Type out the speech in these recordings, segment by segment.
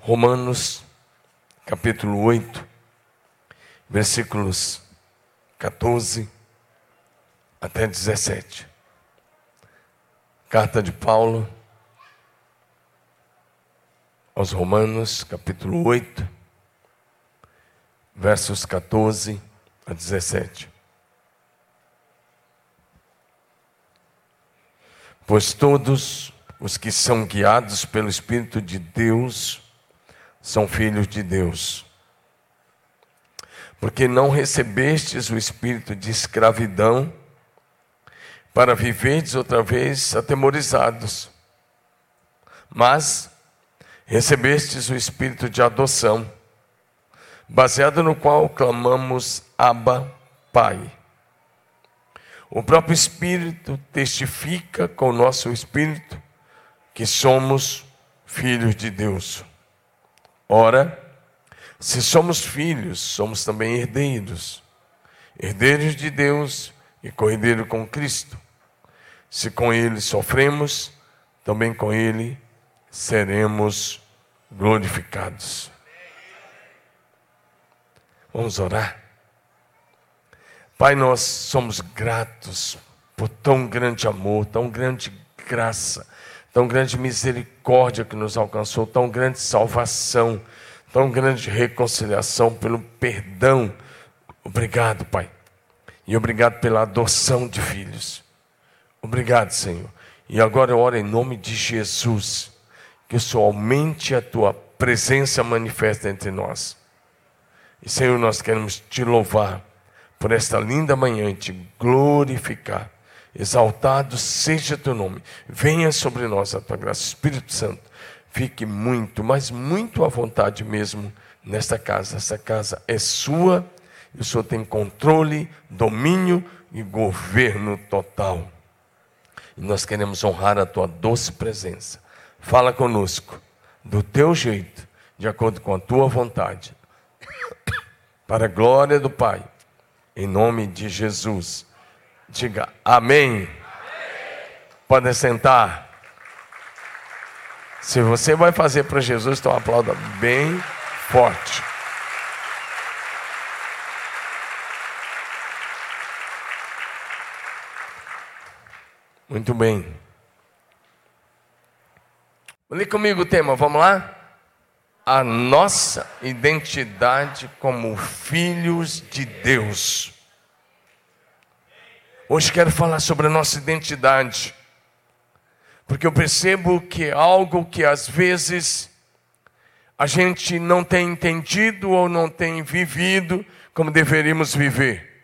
Romanos, capítulo 8, versículos 14 até 17. Carta de Paulo aos Romanos, capítulo 8, versos 14 a 17. Pois todos os que são guiados pelo Espírito de Deus são filhos de Deus. Porque não recebestes o espírito de escravidão para viverdes outra vez atemorizados, mas recebestes o espírito de adoção, baseado no qual clamamos Abba, Pai. O próprio Espírito testifica com o nosso espírito que somos filhos de Deus. Ora, se somos filhos, somos também herdeiros, herdeiros de Deus e co-herdeiros com Cristo. Se com Ele sofremos, também com Ele seremos glorificados. Vamos orar? Pai, nós somos gratos por tão grande amor, tão grande graça, tão grande misericórdia que nos alcançou, tão grande salvação, tão grande reconciliação, pelo perdão. Obrigado, Pai. E obrigado pela adoção de filhos. Obrigado, Senhor. E agora eu oro em nome de Jesus, que o Senhor aumente a Tua presença manifesta entre nós. E, Senhor, nós queremos Te louvar por esta linda manhã e Te glorificar. Exaltado seja Teu nome. Venha sobre nós a Tua graça. Espírito Santo, fique muito, mas muito à vontade mesmo nesta casa. Essa casa é sua e o Senhor tem controle, domínio e governo total. E nós queremos honrar a Tua doce presença. Fala conosco do Teu jeito, de acordo com a Tua vontade. Para a glória do Pai, em nome de Jesus. Diga amém. Podem sentar. Se você vai fazer para Jesus, então aplauda bem forte. Muito bem. Lê comigo o tema, vamos lá? A nossa identidade como filhos de Deus. Hoje quero falar sobre a nossa identidade, porque eu percebo que é algo que às vezes a gente não tem entendido ou não tem vivido como deveríamos viver.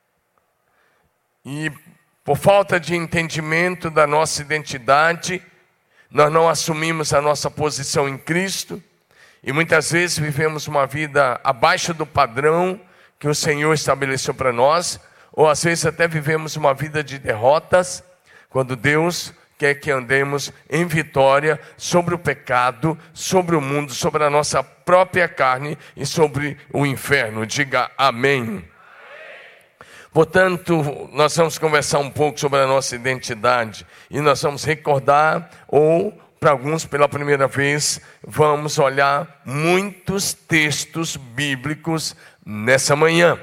E por falta de entendimento da nossa identidade, nós não assumimos a nossa posição em Cristo e muitas vezes vivemos uma vida abaixo do padrão que o Senhor estabeleceu para nós, ou às vezes até vivemos uma vida de derrotas, quando Deus quer que andemos em vitória sobre o pecado, sobre o mundo, sobre a nossa própria carne e sobre o inferno. Diga amém. Portanto, nós vamos conversar um pouco sobre a nossa identidade e nós vamos recordar, ou para alguns pela primeira vez, vamos olhar muitos textos bíblicos nessa manhã.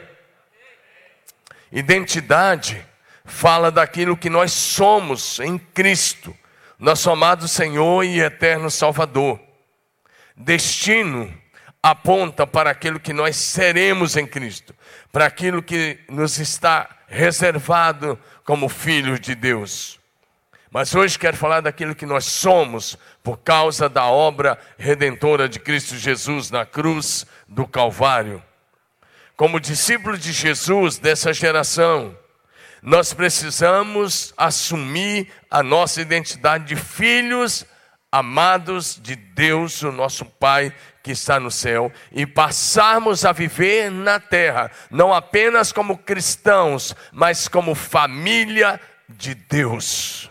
Identidade fala daquilo que nós somos em Cristo, nosso amado Senhor e eterno Salvador. Destino aponta para aquilo que nós seremos em Cristo, para aquilo que nos está reservado como filhos de Deus. Mas hoje quero falar daquilo que nós somos por causa da obra redentora de Cristo Jesus na cruz do Calvário. Como discípulos de Jesus dessa geração, nós precisamos assumir a nossa identidade de filhos amados de Deus, o nosso Pai que está no céu, e passarmos a viver na terra, não apenas como cristãos, mas como família de Deus.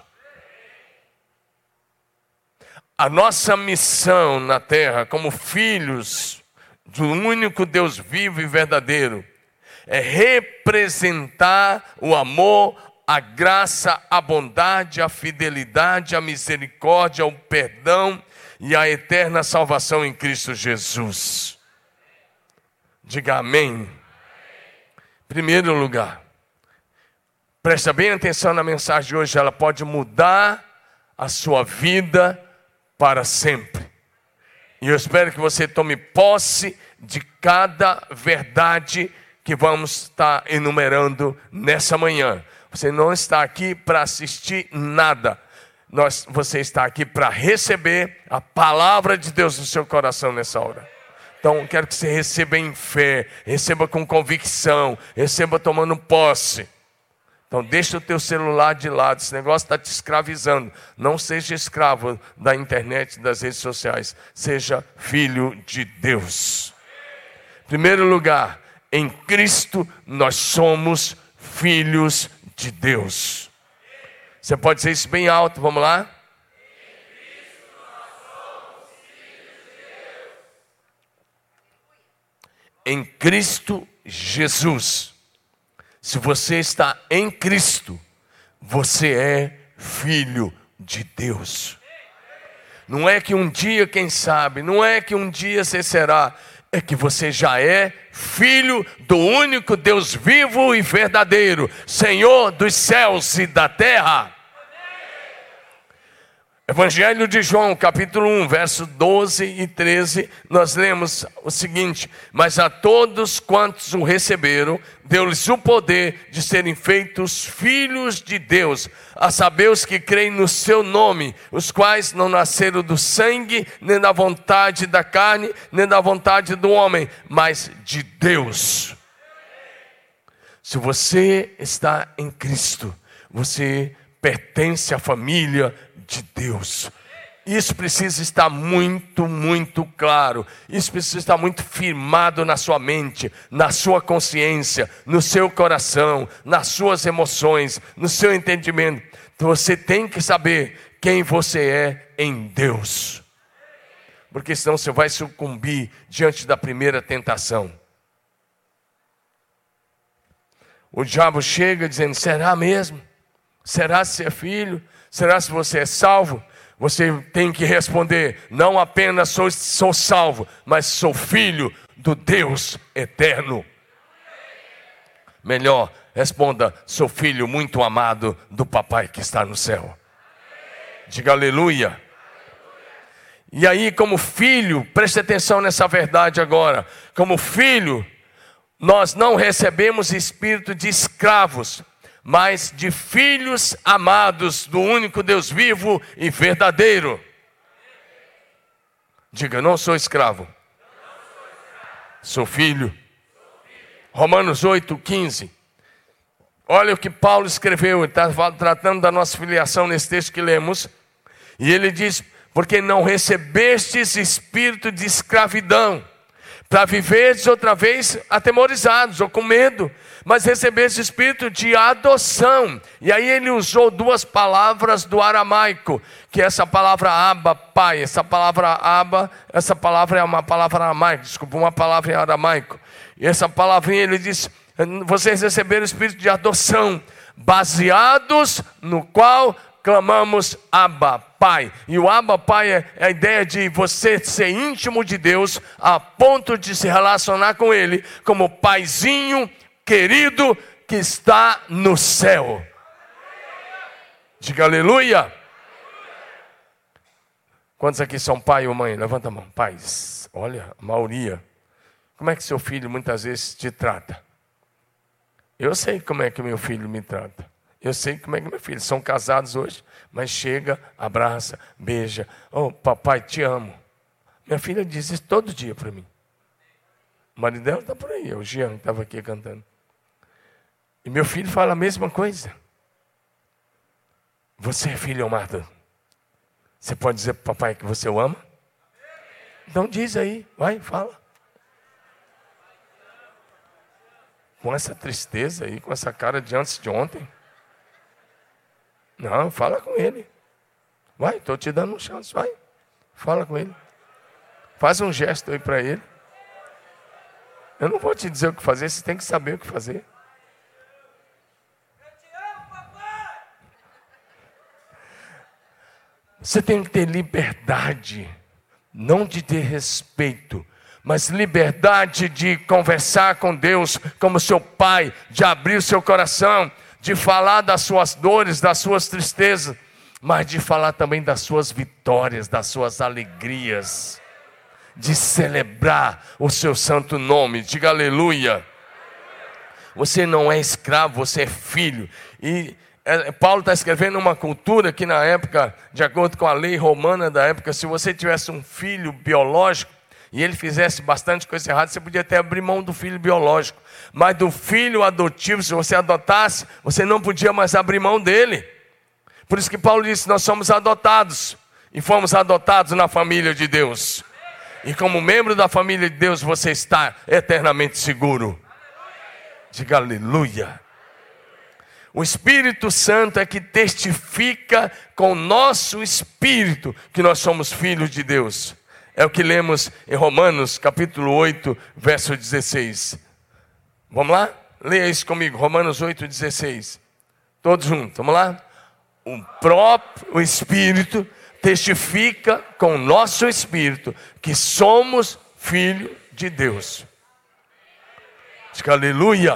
A nossa missão na terra, como filhos do único Deus vivo e verdadeiro, é representar o amor, a graça, a bondade, a fidelidade, a misericórdia, o perdão e a eterna salvação em Cristo Jesus. Diga amém. Primeiro lugar, presta bem atenção na mensagem de hoje, ela pode mudar a sua vida para sempre. E eu espero que você tome posse de cada verdade que vamos estar enumerando nessa manhã. Você não está aqui para assistir nada. Você está aqui para receber a palavra de Deus no seu coração nessa hora. Então, quero que você receba em fé, receba com convicção, receba tomando posse. Então, deixa o teu celular de lado, esse negócio está te escravizando. Não seja escravo da internet, das redes sociais. Seja filho de Deus. Em primeiro lugar, em Cristo nós somos filhos de Deus. Você pode dizer isso bem alto, vamos lá? Em Cristo Jesus. Se você está em Cristo, você é filho de Deus. Não é que um dia, quem sabe, não é que um dia você será, é que você já é filho do único Deus vivo e verdadeiro, Senhor dos céus e da terra. Evangelho de João, capítulo 1, verso 12 e 13, nós lemos o seguinte: mas a todos quantos o receberam, deu-lhes o poder de serem feitos filhos de Deus, a saber os que creem no seu nome, os quais não nasceram do sangue, nem da vontade da carne, nem da vontade do homem, mas de Deus. Se você está em Cristo, você pertence à família de Deus. Isso precisa estar muito, muito claro. Isso precisa estar muito firmado na sua mente, na sua consciência, no seu coração, nas suas emoções, no seu entendimento. Então você tem que saber quem você é em Deus. Porque senão você vai sucumbir diante da primeira tentação. O diabo chega dizendo: será mesmo? Será se é filho? Será se você é salvo? Você tem que responder: não apenas sou salvo, mas sou filho do Deus eterno. Melhor, responda: sou filho muito amado do papai que está no céu. Diga aleluia. E aí, como filho, preste atenção nessa verdade agora. Como filho, nós não recebemos espírito de escravos, mas de filhos amados do único Deus vivo e verdadeiro. Diga: não sou escravo, sou filho. Romanos 8:15. Olha o que Paulo escreveu, ele está tratando da nossa filiação nesse texto que lemos. E ele diz: porque não recebestes espírito de escravidão, para viveres outra vez atemorizados ou com medo, mas recebeste espírito de adoção. E aí ele usou duas palavras do aramaico, que é essa palavra Abba, pai. Essa palavra Abba, essa palavra é uma palavra aramaica, desculpa, uma palavra em aramaico. E essa palavrinha ele diz: vocês receberam o espírito de adoção, baseados no qual clamamos Abba, Pai. E o Abba, Pai, é a ideia de você ser íntimo de Deus, a ponto de se relacionar com Ele como paizinho querido que está no céu. Diga aleluia. Quantos aqui são pai ou mãe? Levanta a mão. Pais. Olha, a maioria. Como é que seu filho muitas vezes te trata? Eu sei como é que meu filho me trata. Eu sei como é que meu filho, são casados hoje, mas chega, abraça, beija. Oh, papai, te amo. Minha filha diz isso todo dia para mim. O marido dela está por aí, é o Jean que estava aqui cantando. E meu filho fala a mesma coisa. Você é filho amado. Você pode dizer para o papai que você o ama? Então diz aí, vai, fala. Com essa tristeza aí, com essa cara de antes de ontem. Não, fala com ele. Vai, estou te dando uma chance, vai. Fala com ele. Faz um gesto aí para ele. Eu não vou te dizer o que fazer, você tem que saber o que fazer. Eu te amo, papai! Você tem que ter liberdade não de ter respeito, mas liberdade de conversar com Deus como seu Pai, de abrir o seu coração, de falar das suas dores, das suas tristezas, mas de falar também das suas vitórias, das suas alegrias, de celebrar o seu santo nome. Diga aleluia. Você não é escravo, você é filho. E Paulo está escrevendo uma cultura que na época, de acordo com a lei romana da época, se você tivesse um filho biológico e ele fizesse bastante coisa errada, você podia até abrir mão do filho biológico. Mas do filho adotivo, se você adotasse, você não podia mais abrir mão dele. Por isso que Paulo disse, nós somos adotados. E fomos adotados na família de Deus. E como membro da família de Deus, você está eternamente seguro. Diga aleluia. O Espírito Santo é que testifica com o nosso espírito que nós somos filhos de Deus. É o que lemos em Romanos capítulo 8, verso 16. Vamos lá? Leia isso comigo, Romanos 8, 16. Todos juntos, vamos lá? O próprio Espírito testifica com o nosso espírito que somos filhos de Deus. Diga aleluia.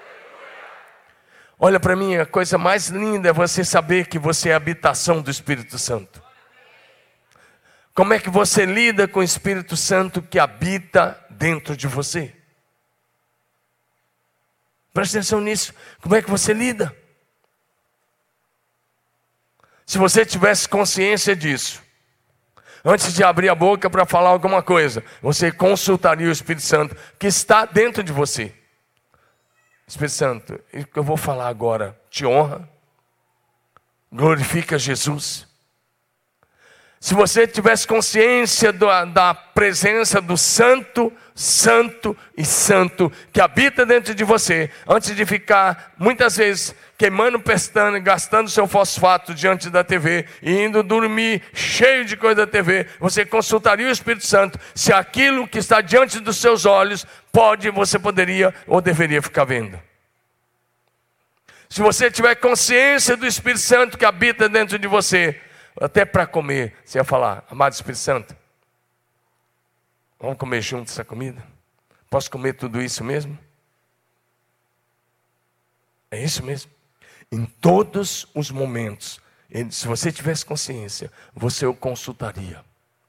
Olha para mim, a coisa mais linda é você saber que você é a habitação do Espírito Santo. Como é que você lida com o Espírito Santo que habita dentro de você? Preste atenção nisso. Como é que você lida? Se você tivesse consciência disso, antes de abrir a boca para falar alguma coisa, você consultaria o Espírito Santo que está dentro de você. Espírito Santo, o que eu vou falar agora te honra? Glorifica Jesus? Se você tivesse consciência da presença do Santo, Santo e Santo que habita dentro de você, antes de ficar muitas vezes queimando pestana, gastando seu fosfato diante da TV e indo dormir cheio de coisa da TV, você consultaria o Espírito Santo se aquilo que está diante dos seus olhos você poderia ou deveria ficar vendo. Se você tiver consciência do Espírito Santo que habita dentro de você, até para comer, você ia falar, amado Espírito Santo, vamos comer juntos essa comida? Posso comer tudo isso mesmo? É isso mesmo? Em todos os momentos, se você tivesse consciência, você o consultaria.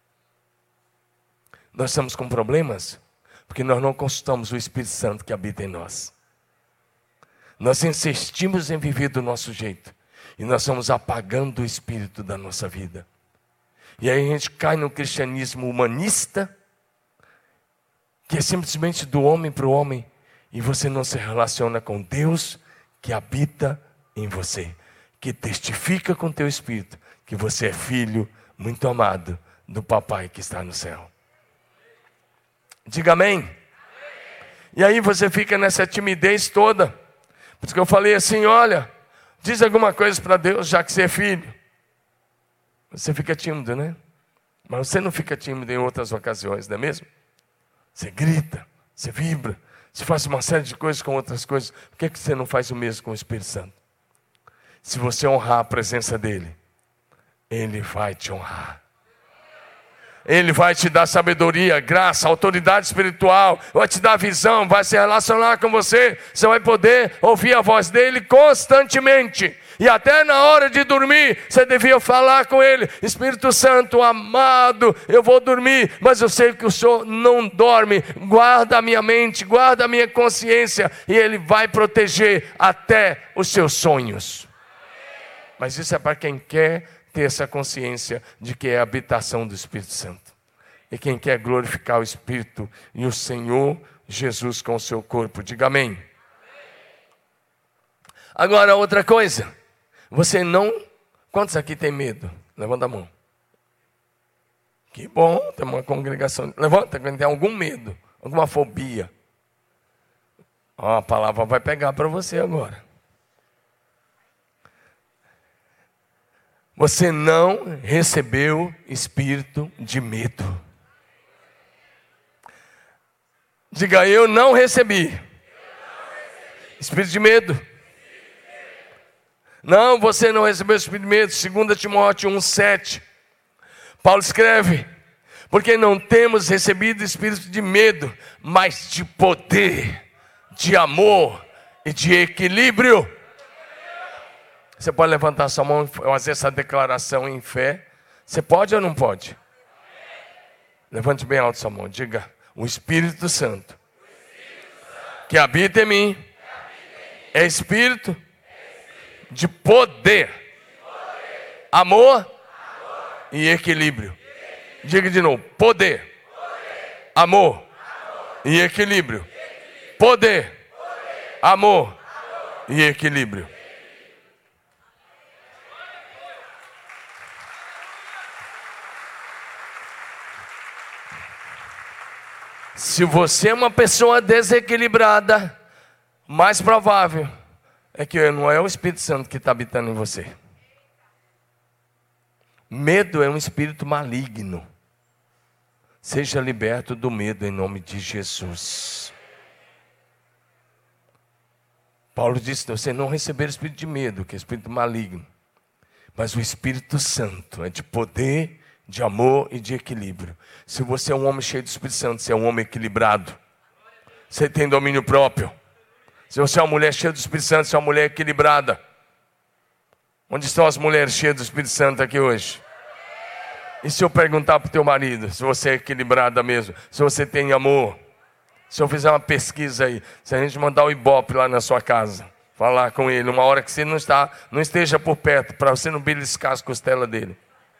Nós estamos com problemas, porque nós não consultamos o Espírito Santo que habita em nós. Nós insistimos em viver do nosso jeito. E nós estamos apagando o espírito da nossa vida. E aí a gente cai no cristianismo humanista, que é simplesmente do homem para o homem, e você não se relaciona com Deus que habita em você, que testifica com teu espírito que você é filho muito amado do papai que está no céu. Diga amém. E aí você fica nessa timidez toda. Por isso que eu falei assim, olha, diz alguma coisa para Deus, já que você é filho. Você fica tímido, né? Mas você não fica tímido em outras ocasiões, não é mesmo? Você grita, você vibra, você faz uma série de coisas com outras coisas. Por que você não faz o mesmo com o Espírito Santo? Se você honrar a presença dele, ele vai te honrar. Ele vai te dar sabedoria, graça, autoridade espiritual, vai te dar visão, vai se relacionar com você. Você vai poder ouvir a voz dele constantemente. E até na hora de dormir, você devia falar com ele: Espírito Santo amado, eu vou dormir, mas eu sei que o Senhor não dorme. Guarda a minha mente, guarda a minha consciência, e ele vai proteger até os seus sonhos. Mas isso é para quem quer ter essa consciência de que é a habitação do Espírito Santo. E quem quer glorificar o Espírito e o Senhor Jesus com o seu corpo. Diga amém. Agora outra coisa. Você não... Quantos aqui tem medo? Levanta a mão. Que bom, tem uma congregação. Levanta, quem tem algum medo, alguma fobia. A palavra vai pegar para você agora. Você não recebeu espírito de medo. Diga, eu não recebi espírito de medo. Não, você não recebeu espírito de medo. 2 Timóteo 1,7. Paulo escreve: Porque não temos recebido espírito de medo, mas de poder, de amor e de equilíbrio. Você pode levantar sua mão e fazer essa declaração em fé? Você pode ou não pode? Levante bem alto sua mão. Diga: o Espírito Santo que habita em mim é espírito de poder, amor e equilíbrio. Diga de novo: poder, amor e equilíbrio. Poder, amor e equilíbrio. Se você é uma pessoa desequilibrada, mais provável é que não é o Espírito Santo que está habitando em você. Medo é um espírito maligno. Seja liberto do medo em nome de Jesus. Paulo disse: você não receber o espírito de medo, que é o espírito maligno, mas o Espírito Santo é de poder, de amor e de equilíbrio. Se você é um homem cheio do Espírito Santo, você é um homem equilibrado. Você tem domínio próprio. Se você é uma mulher cheia do Espírito Santo, você é uma mulher equilibrada. Onde estão as mulheres cheias do Espírito Santo aqui hoje? E se eu perguntar para o teu marido, se você é equilibrada mesmo, se você tem amor, se eu fizer uma pesquisa aí, se a gente mandar o Ibope lá na sua casa, falar com ele, uma hora que você não esteja por perto, para você não beliscar as costelas dele.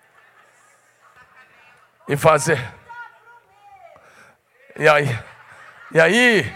E fazer. E aí.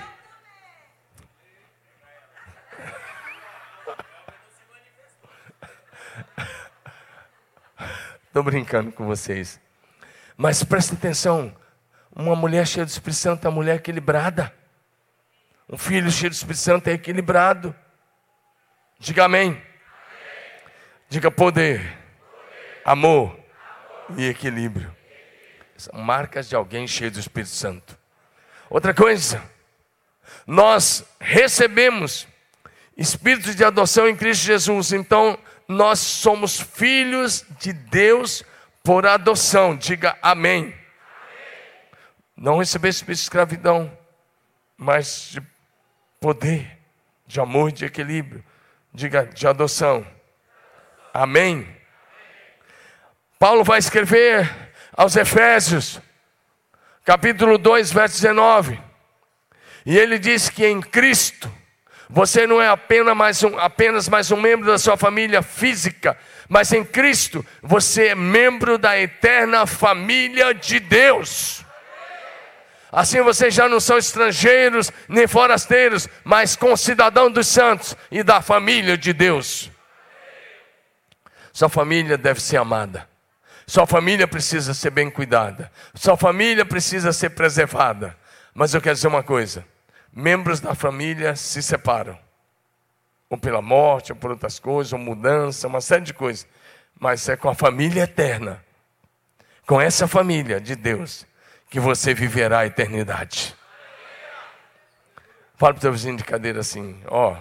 Estou brincando com vocês. Mas presta atenção. Uma mulher cheia do Espírito Santo é uma mulher equilibrada. Um filho cheio do Espírito Santo é equilibrado. Diga amém. Diga poder, amor e equilíbrio. São marcas de alguém cheio do Espírito Santo. Outra coisa, nós recebemos espírito de adoção em Cristo Jesus. Então, nós somos filhos de Deus por adoção. Diga amém. Não receber espírito de escravidão, mas de poder, de amor e de equilíbrio. Diga de adoção. Amém. Paulo vai escrever aos Efésios, capítulo 2, verso 19. E ele diz que em Cristo, você não é apenas mais um membro da sua família física, mas em Cristo, você é membro da eterna família de Deus. Assim vocês já não são estrangeiros nem forasteiros, mas concidadãos dos santos e da família de Deus. Sua família deve ser amada. Sua família precisa ser bem cuidada. Sua família precisa ser preservada. Mas eu quero dizer uma coisa: membros da família se separam. Ou pela morte, ou por outras coisas, ou mudança, uma série de coisas. Mas é com a família eterna, com essa família de Deus, que você viverá a eternidade. Fala para o teu vizinho de cadeira assim: ó,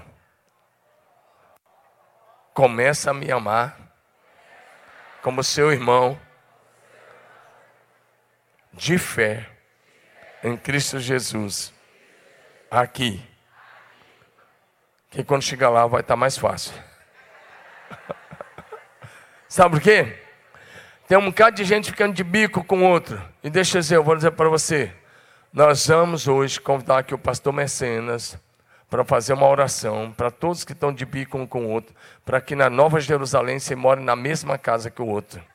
começa a me amar como seu irmão de fé em Cristo Jesus, aqui, que quando chegar lá vai estar mais fácil. Sabe por quê? Tem um bocado de gente ficando de bico com o outro. E deixa eu dizer, eu vou dizer para você, nós vamos hoje convidar aqui o pastor Mecenas para fazer uma oração para todos que estão de bico um com o outro, para que na Nova Jerusalém você more na mesma casa que o outro.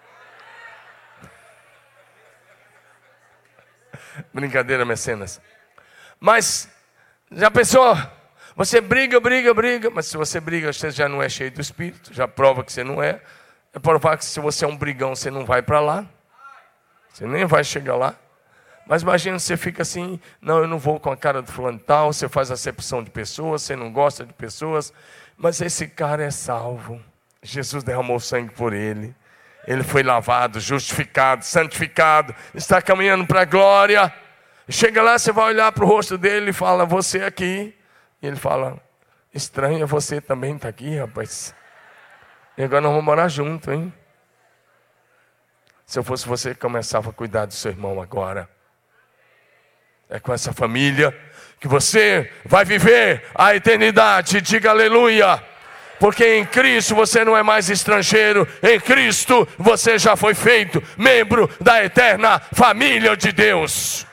Brincadeira, Mecenas. Mas, já pensou? Você briga, mas se você briga, você já não é cheio do Espírito, já prova que você não é. É provar que se você é um brigão, você não vai para lá. Você nem vai chegar lá. Mas imagina, você fica assim: não, eu não vou com a cara do fulano tal. Você faz acepção de pessoas, você não gosta de pessoas. Mas esse cara é salvo. Jesus derramou sangue por ele. Ele foi lavado, justificado, santificado. Está caminhando para a glória. Chega lá, você vai olhar para o rosto dele e fala: você aqui. E ele fala: estranho, você também está aqui, rapaz. E agora nós vamos morar junto, hein? Se eu fosse você, começava a cuidar do seu irmão agora. É com essa família que você vai viver a eternidade. Diga aleluia. Porque em Cristo você não é mais estrangeiro. Em Cristo você já foi feito membro da eterna família de Deus.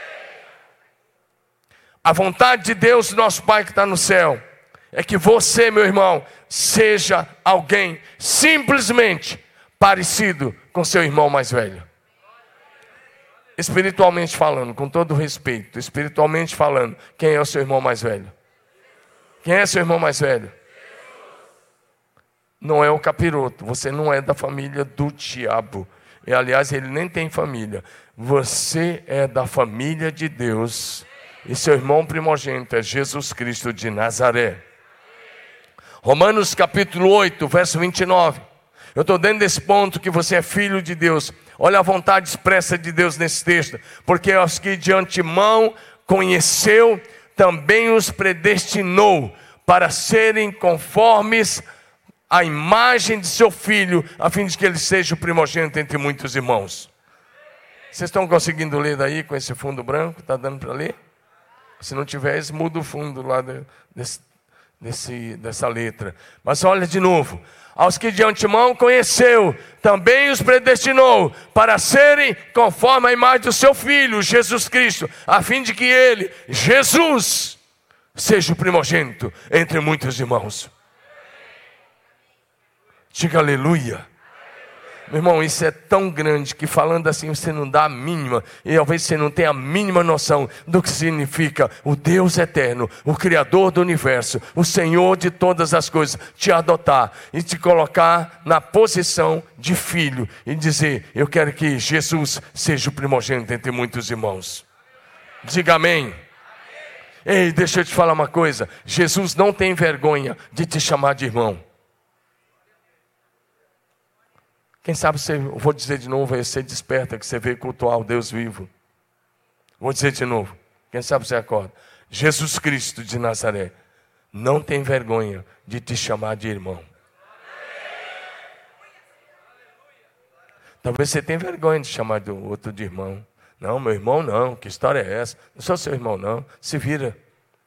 A vontade de Deus, nosso Pai que está no céu, é que você, meu irmão, seja alguém simplesmente parecido com seu irmão mais velho. Espiritualmente falando, com todo respeito, espiritualmente falando, quem é o seu irmão mais velho? Quem é seu irmão mais velho? Não é o capiroto, você não é da família do diabo. E aliás, ele nem tem família. Você é da família de Deus. E seu irmão primogênito é Jesus Cristo de Nazaré. Romanos capítulo 8, verso 29. Eu estou dentro desse ponto que você é filho de Deus. Olha a vontade expressa de Deus nesse texto. Porque aos que de antemão conheceu, também os predestinou para serem conformes à imagem de seu filho, a fim de que ele seja o primogênito entre muitos irmãos. Vocês estão conseguindo ler daí com esse fundo branco? Está dando para ler? Se não tiver, muda o fundo lá dessa letra. Mas olha de novo. Aos que de antemão conheceu, também os predestinou para serem conforme a imagem do seu Filho, Jesus Cristo, a fim de que ele, Jesus, seja o primogênito entre muitos irmãos. Diga aleluia. Meu irmão, isso é tão grande que falando assim você não dá a mínima, e talvez você não tenha a mínima noção do que significa o Deus eterno, o Criador do universo, o Senhor de todas as coisas, te adotar e te colocar na posição de filho e dizer: eu quero que Jesus seja o primogênito entre muitos irmãos. Diga amém. Ei, deixa eu te falar uma coisa, Jesus não tem vergonha de te chamar de irmão. Quem sabe você, eu vou dizer de novo, você desperta que você veio cultuar o Deus vivo. Vou dizer de novo, quem sabe você acorda. Jesus Cristo de Nazaré não tem vergonha de te chamar de irmão. Talvez você tenha vergonha de chamar do outro de irmão. Não, meu irmão não, que história é essa? Não sou seu irmão não, se vira.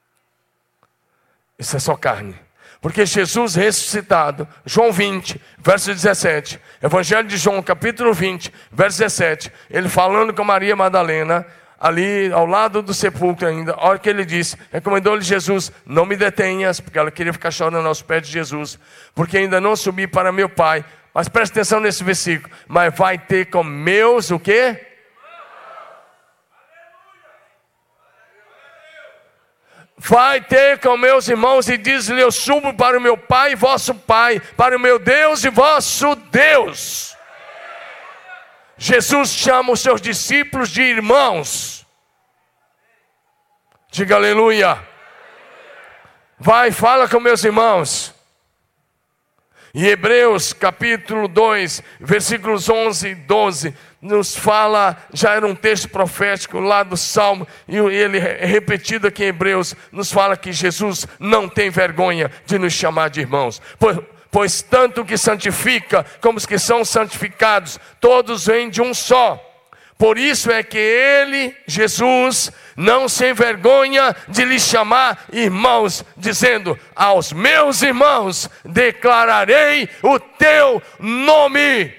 Isso é só carne. Porque Jesus ressuscitado, João 20, verso 17, Evangelho de João, capítulo 20, verso 17, ele falando com Maria Madalena, ali ao lado do sepulcro ainda, a hora que ele disse, recomendou-lhe Jesus: não me detenhas, porque ela queria ficar chorando aos pés de Jesus, porque ainda não subi para meu Pai. Mas preste atenção nesse versículo: mas vai ter com meus, o quê? Vai ter com meus irmãos, e diz-lhe: eu subo para o meu Pai e vosso Pai, para o meu Deus e vosso Deus. Jesus chama os seus discípulos de irmãos. Diga aleluia. Vai, fala com meus irmãos. Em Hebreus capítulo 2, versículos 11 e 12, nos fala, já era um texto profético lá do Salmo, e ele é repetido aqui em Hebreus, nos fala que Jesus não tem vergonha de nos chamar de irmãos. Pois tanto que santifica, como os que são santificados, todos vêm de um só. Por isso é que ele, Jesus, não se envergonha de lhe chamar irmãos, dizendo: aos meus irmãos declararei o teu nome.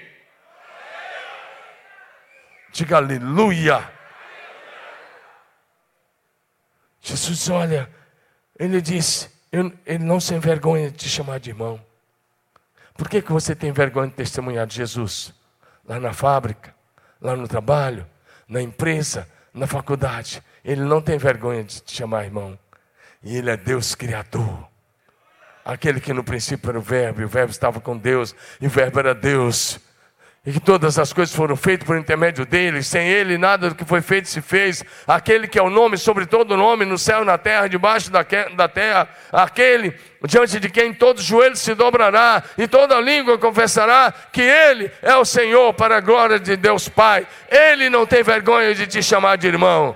Diga aleluia. Jesus, olha, ele disse, ele não se envergonha de te chamar de irmão. Por que você tem vergonha de testemunhar de Jesus? Lá na fábrica, lá no trabalho, na empresa, na faculdade. Ele não tem vergonha de te chamar irmão. E ele é Deus Criador. Aquele que no princípio era o Verbo, e o Verbo estava com Deus, e o Verbo era Deus. E que todas as coisas foram feitas por intermédio dele. Sem ele nada do que foi feito se fez. Aquele que é o nome sobre todo nome, no céu, na terra, debaixo da terra. Aquele diante de quem todo joelho se dobrará e toda língua confessará que ele é o Senhor, para a glória de Deus Pai. Ele não tem vergonha de te chamar de irmão.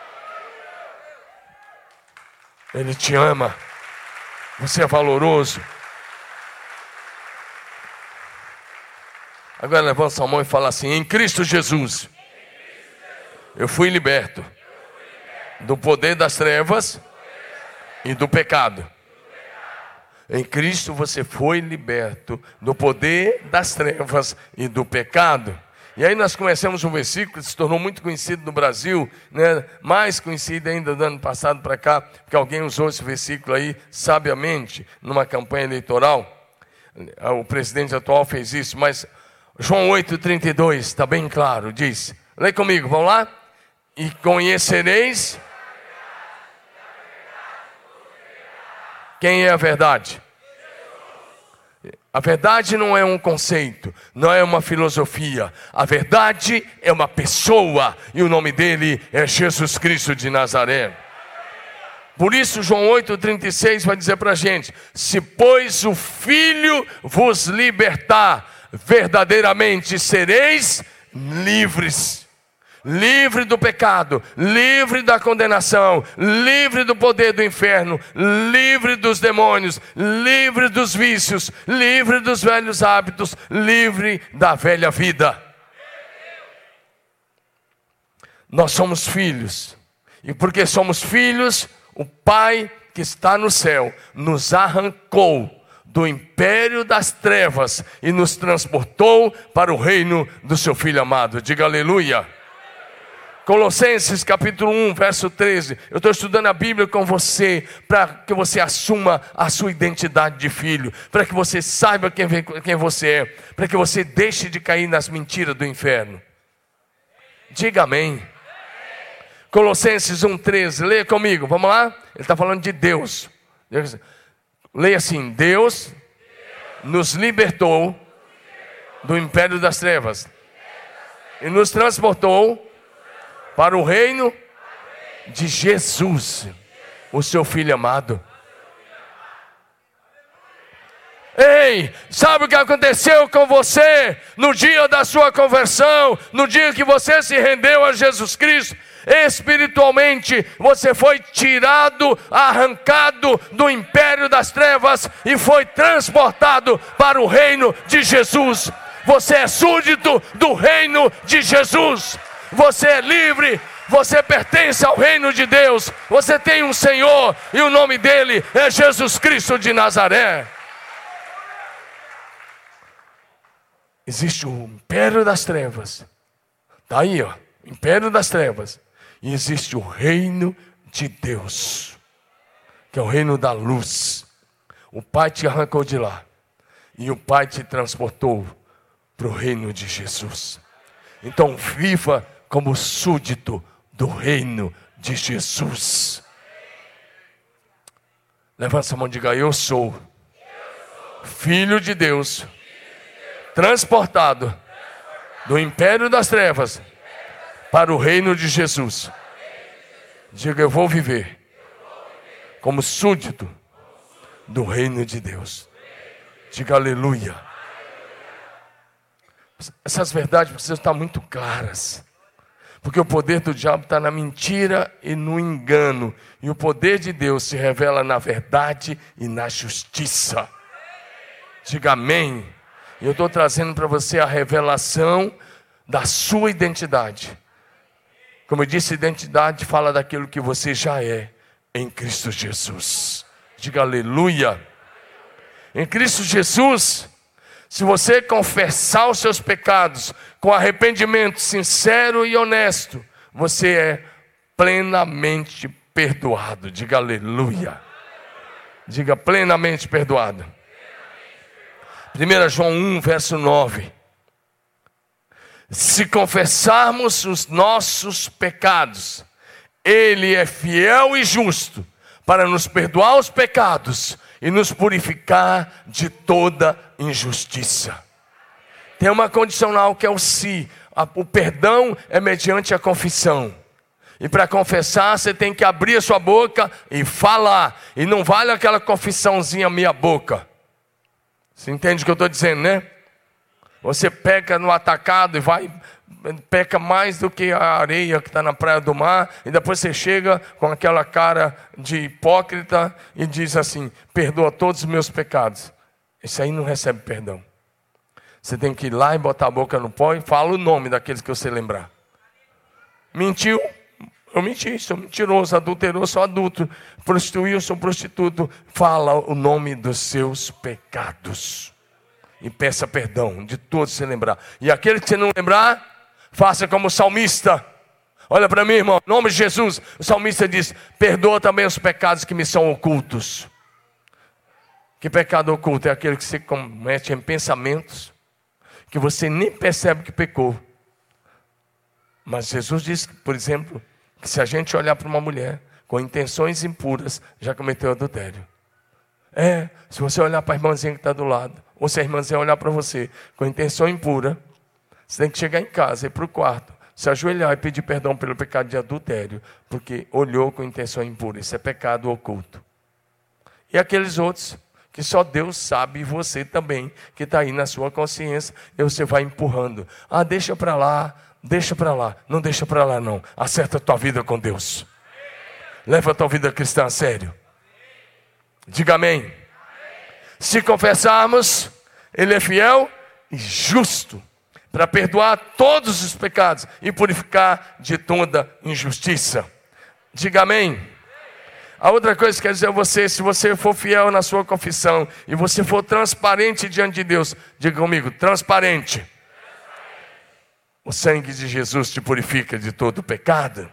Ele te ama. Você é valoroso. Agora levanta sua mão e fala assim: em Cristo Jesus, eu fui liberto do poder das trevas e do pecado. Em Cristo você foi liberto do poder das trevas e do pecado. E aí nós conhecemos um versículo que se tornou muito conhecido no Brasil, né? Mais conhecido ainda do ano passado para cá, porque alguém usou esse versículo aí sabiamente numa campanha eleitoral. O presidente atual fez isso, mas João 8,32 está bem claro, diz, lê comigo, vamos lá? E conhecereis quem é a verdade. A verdade não é um conceito, não é uma filosofia. A verdade é uma pessoa, e o nome dele é Jesus Cristo de Nazaré. Por isso João 8,36 vai dizer para a gente: se pois o Filho vos libertar, verdadeiramente sereis livres. Livre do pecado, livre da condenação, livre do poder do inferno, livre dos demônios, livre dos vícios, livre dos velhos hábitos, livre da velha vida. Nós somos filhos, e porque somos filhos, o Pai que está no céu nos arrancou do império das trevas e nos transportou para o reino do seu Filho amado. Diga aleluia. Colossenses capítulo 1, verso 13. Eu estou estudando a Bíblia com você, para que você assuma a sua identidade de filho, para que você saiba quem você é, para que você deixe de cair nas mentiras do inferno. Diga amém. Colossenses 1, 13, leia comigo, vamos lá? Ele está falando de Deus. Leia assim: Deus nos libertou do império das trevas e nos transportou para o reino de Jesus, o seu Filho amado. Ei, sabe o que aconteceu com você no dia da sua conversão, no dia que você se rendeu a Jesus Cristo? Espiritualmente você foi tirado, arrancado do império das trevas e foi transportado para o reino de Jesus. Você é súdito do reino de Jesus. Você é livre, você pertence ao reino de Deus. Você tem um Senhor e o nome dele é Jesus Cristo de Nazaré. Existe o império das trevas. Está aí, ó, império das trevas. E existe o reino de Deus, que é o reino da luz. O Pai te arrancou de lá e o Pai te transportou para o reino de Jesus. Então viva como súdito do reino de Jesus. Levanta a mão e diga: eu sou filho de Deus, transportado do império das trevas para o reino de Jesus. Diga: eu vou viver como súdito do reino de Deus. Diga aleluia. Essas verdades precisam estar muito claras, porque o poder do diabo está na mentira e no engano, e o poder de Deus se revela na verdade e na justiça. Diga amém. E eu estou trazendo para você a revelação da sua identidade. Como eu disse, identidade fala daquilo que você já é em Cristo Jesus. Diga aleluia. Em Cristo Jesus, se você confessar os seus pecados com arrependimento sincero e honesto, você é plenamente perdoado. Diga aleluia. Diga plenamente perdoado. 1 João 1, verso 9. Se confessarmos os nossos pecados, Ele é fiel e justo para nos perdoar os pecados e nos purificar de toda injustiça. Tem uma condicional que é o se. O perdão é mediante a confissão. E para confessar você tem que abrir a sua boca e falar. E não vale aquela confissãozinha meia boca. Você entende o que eu estou dizendo, né? Você peca no atacado e peca mais do que a areia que está na praia do mar, e depois você chega com aquela cara de hipócrita e diz assim: perdoa todos os meus pecados. Esse aí não recebe perdão. Você tem que ir lá e botar a boca no pó e fala o nome daqueles que você lembrar. Mentiu? Eu menti, sou mentiroso. Adulterou, sou adulto. Prostituiu, sou prostituto. Fala o nome dos seus pecados. E peça perdão de todos que você lembrar. E aquele que você não lembrar, faça como o salmista. Olha para mim, irmão, em nome de Jesus. O salmista diz: perdoa também os pecados que me são ocultos. Que pecado oculto? É aquele que você comete em pensamentos, que você nem percebe que pecou. Mas Jesus diz, por exemplo, que se a gente olhar para uma mulher com intenções impuras, já cometeu adultério. Se você olhar para a irmãzinha que está do lado, ou se a irmãzinha olhar para você com intenção impura, você tem que chegar em casa, ir para o quarto, se ajoelhar e pedir perdão pelo pecado de adultério, porque olhou com intenção impura. Isso é pecado oculto. E aqueles outros que só Deus sabe, e você também, que está aí na sua consciência, e você vai empurrando. Deixa para lá. Deixa para lá. Não deixa para lá não. Acerta a tua vida com Deus. Leva a tua vida cristã a sério. Diga amém. Se confessarmos, Ele é fiel e justo para perdoar todos os pecados e purificar de toda injustiça. Diga amém. A outra coisa que quer dizer a você, se você for fiel na sua confissão e você for transparente diante de Deus, diga comigo, transparente. O sangue de Jesus te purifica de todo pecado.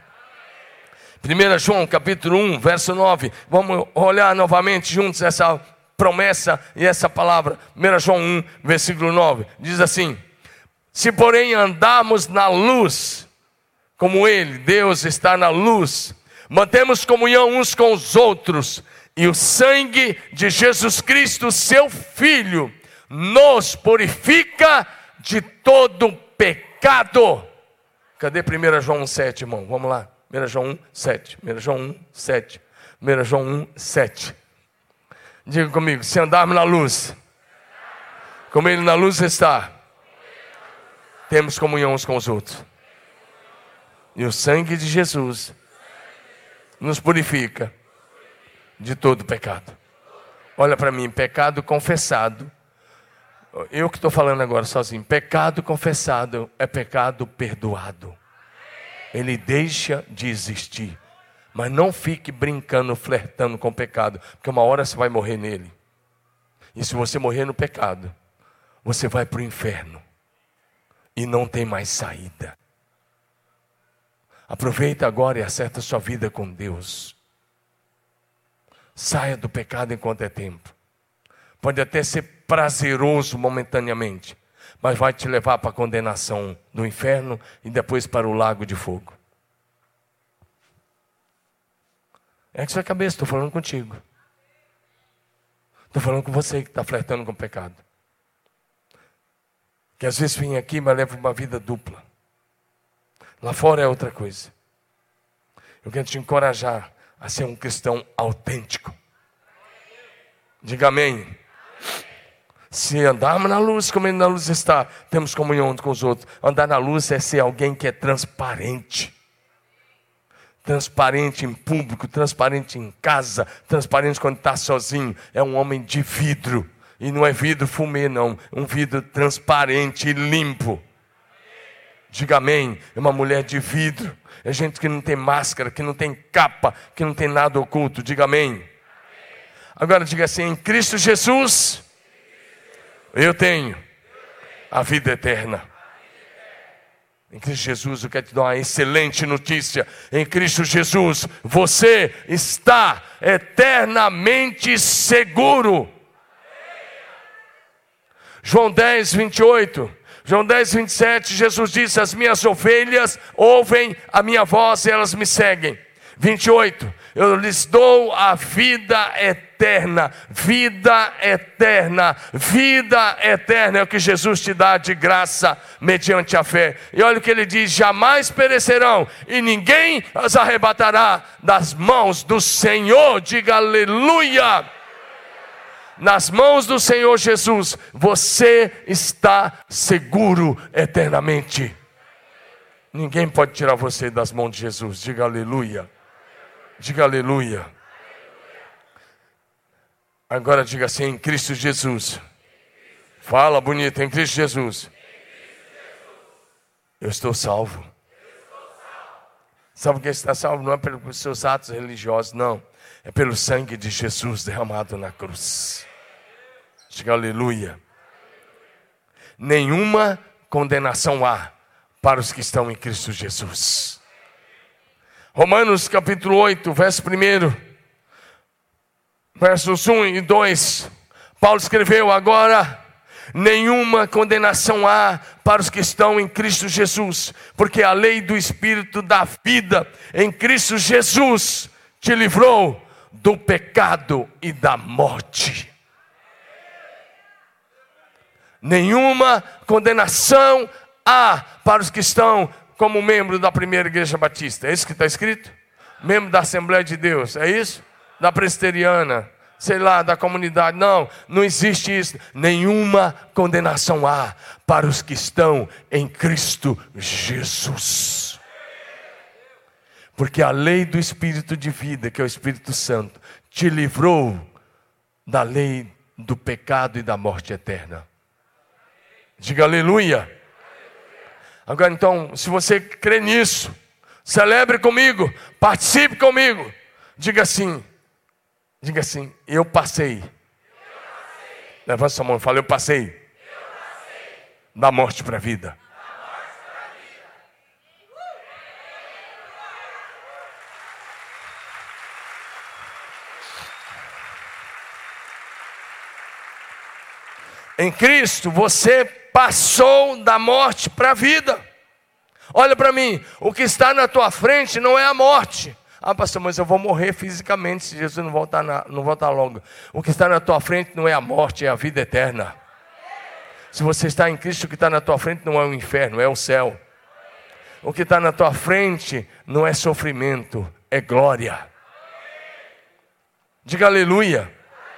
1 João capítulo 1, verso 9. Vamos olhar novamente juntos essa promessa e essa palavra. 1 João 1, versículo 9. Diz assim: se porém andarmos na luz, como Ele, Deus, está na luz, mantemos comunhão uns com os outros, e o sangue de Jesus Cristo, seu Filho, nos purifica de todo pecado. Cadê 1 João 7, irmão? Vamos lá. 1 João 1, 7. 1 João 1, 7. 1 João 1, 7. Diga comigo, se andarmos na luz, como Ele na luz está, temos comunhão uns com os outros. E o sangue de Jesus nos purifica de todo pecado. Olha para mim, pecado confessado. Eu que estou falando agora sozinho. Pecado confessado é pecado perdoado. Ele deixa de existir. Mas não fique brincando, flertando com o pecado, porque uma hora você vai morrer nele. E se você morrer no pecado, você vai para o inferno. E não tem mais saída. Aproveita agora e acerta sua vida com Deus. Saia do pecado enquanto é tempo. Pode até ser prazeroso momentaneamente, mas vai te levar para a condenação do inferno e depois para o lago de fogo. É que sua cabeça, estou falando contigo. Estou falando com você que está flertando com o pecado. Que às vezes vem aqui, mas leva uma vida dupla. Lá fora é outra coisa. Eu quero te encorajar a ser um cristão autêntico. Diga amém. Se andarmos na luz, como Ele na luz está, temos comunhão uns com os outros. Andar na luz é ser alguém que é transparente. Transparente em público, transparente em casa, transparente quando está sozinho. É um homem de vidro. E não é vidro fumê, não. Um vidro transparente e limpo. Diga amém. É uma mulher de vidro. É gente que não tem máscara, que não tem capa, que não tem nada oculto. Diga amém. Agora diga assim: em Cristo Jesus, eu tenho a vida eterna. Em Cristo Jesus, eu quero te dar uma excelente notícia. Em Cristo Jesus, você está eternamente seguro. João 10, 28. João 10, 27, Jesus disse: as minhas ovelhas ouvem a minha voz e elas me seguem. 28, eu lhes dou a vida eterna. Vida eterna. Vida eterna é o que Jesus te dá de graça mediante a fé. E olha o que ele diz: jamais perecerão e ninguém as arrebatará das mãos do Senhor. Diga aleluia. Nas mãos do Senhor Jesus, você está seguro eternamente. Ninguém pode tirar você das mãos de Jesus. Diga aleluia. Diga aleluia. Agora diga assim: em Cristo Jesus, Fala bonito, em Cristo Jesus. Eu estou salvo. Sabe o que está salvo? Não é pelos seus atos religiosos, não. É pelo sangue de Jesus derramado na cruz. Diga aleluia. Nenhuma condenação há para os que estão em Cristo Jesus. Romanos capítulo 8, verso 1, versos 1 e 2. Paulo escreveu: agora nenhuma condenação há para os que estão em Cristo Jesus, porque a lei do Espírito da vida em Cristo Jesus te livrou do pecado e da morte. Nenhuma condenação há para os que estão como membro da primeira igreja batista. É isso que está escrito? Membro da Assembleia de Deus, é isso? Da presbiteriana, sei lá, da comunidade. Não, não existe isso. Nenhuma condenação há para os que estão em Cristo Jesus. Porque a lei do Espírito de vida, que é o Espírito Santo, te livrou da lei do pecado e da morte eterna. Diga aleluia. Agora então, se você crê nisso, celebre comigo, participe comigo. Diga assim, eu passei. Levanta sua mão e fala: eu passei da morte para a vida. Em Cristo você passou da morte para a vida. Olha para mim, o que está na tua frente não é a morte. Ah, pastor, mas eu vou morrer fisicamente se Jesus não voltar logo. O que está na tua frente não é a morte, é a vida eterna. Se você está em Cristo, o que está na tua frente não é o inferno, é o céu. O que está na tua frente não é sofrimento, é glória. Diga aleluia.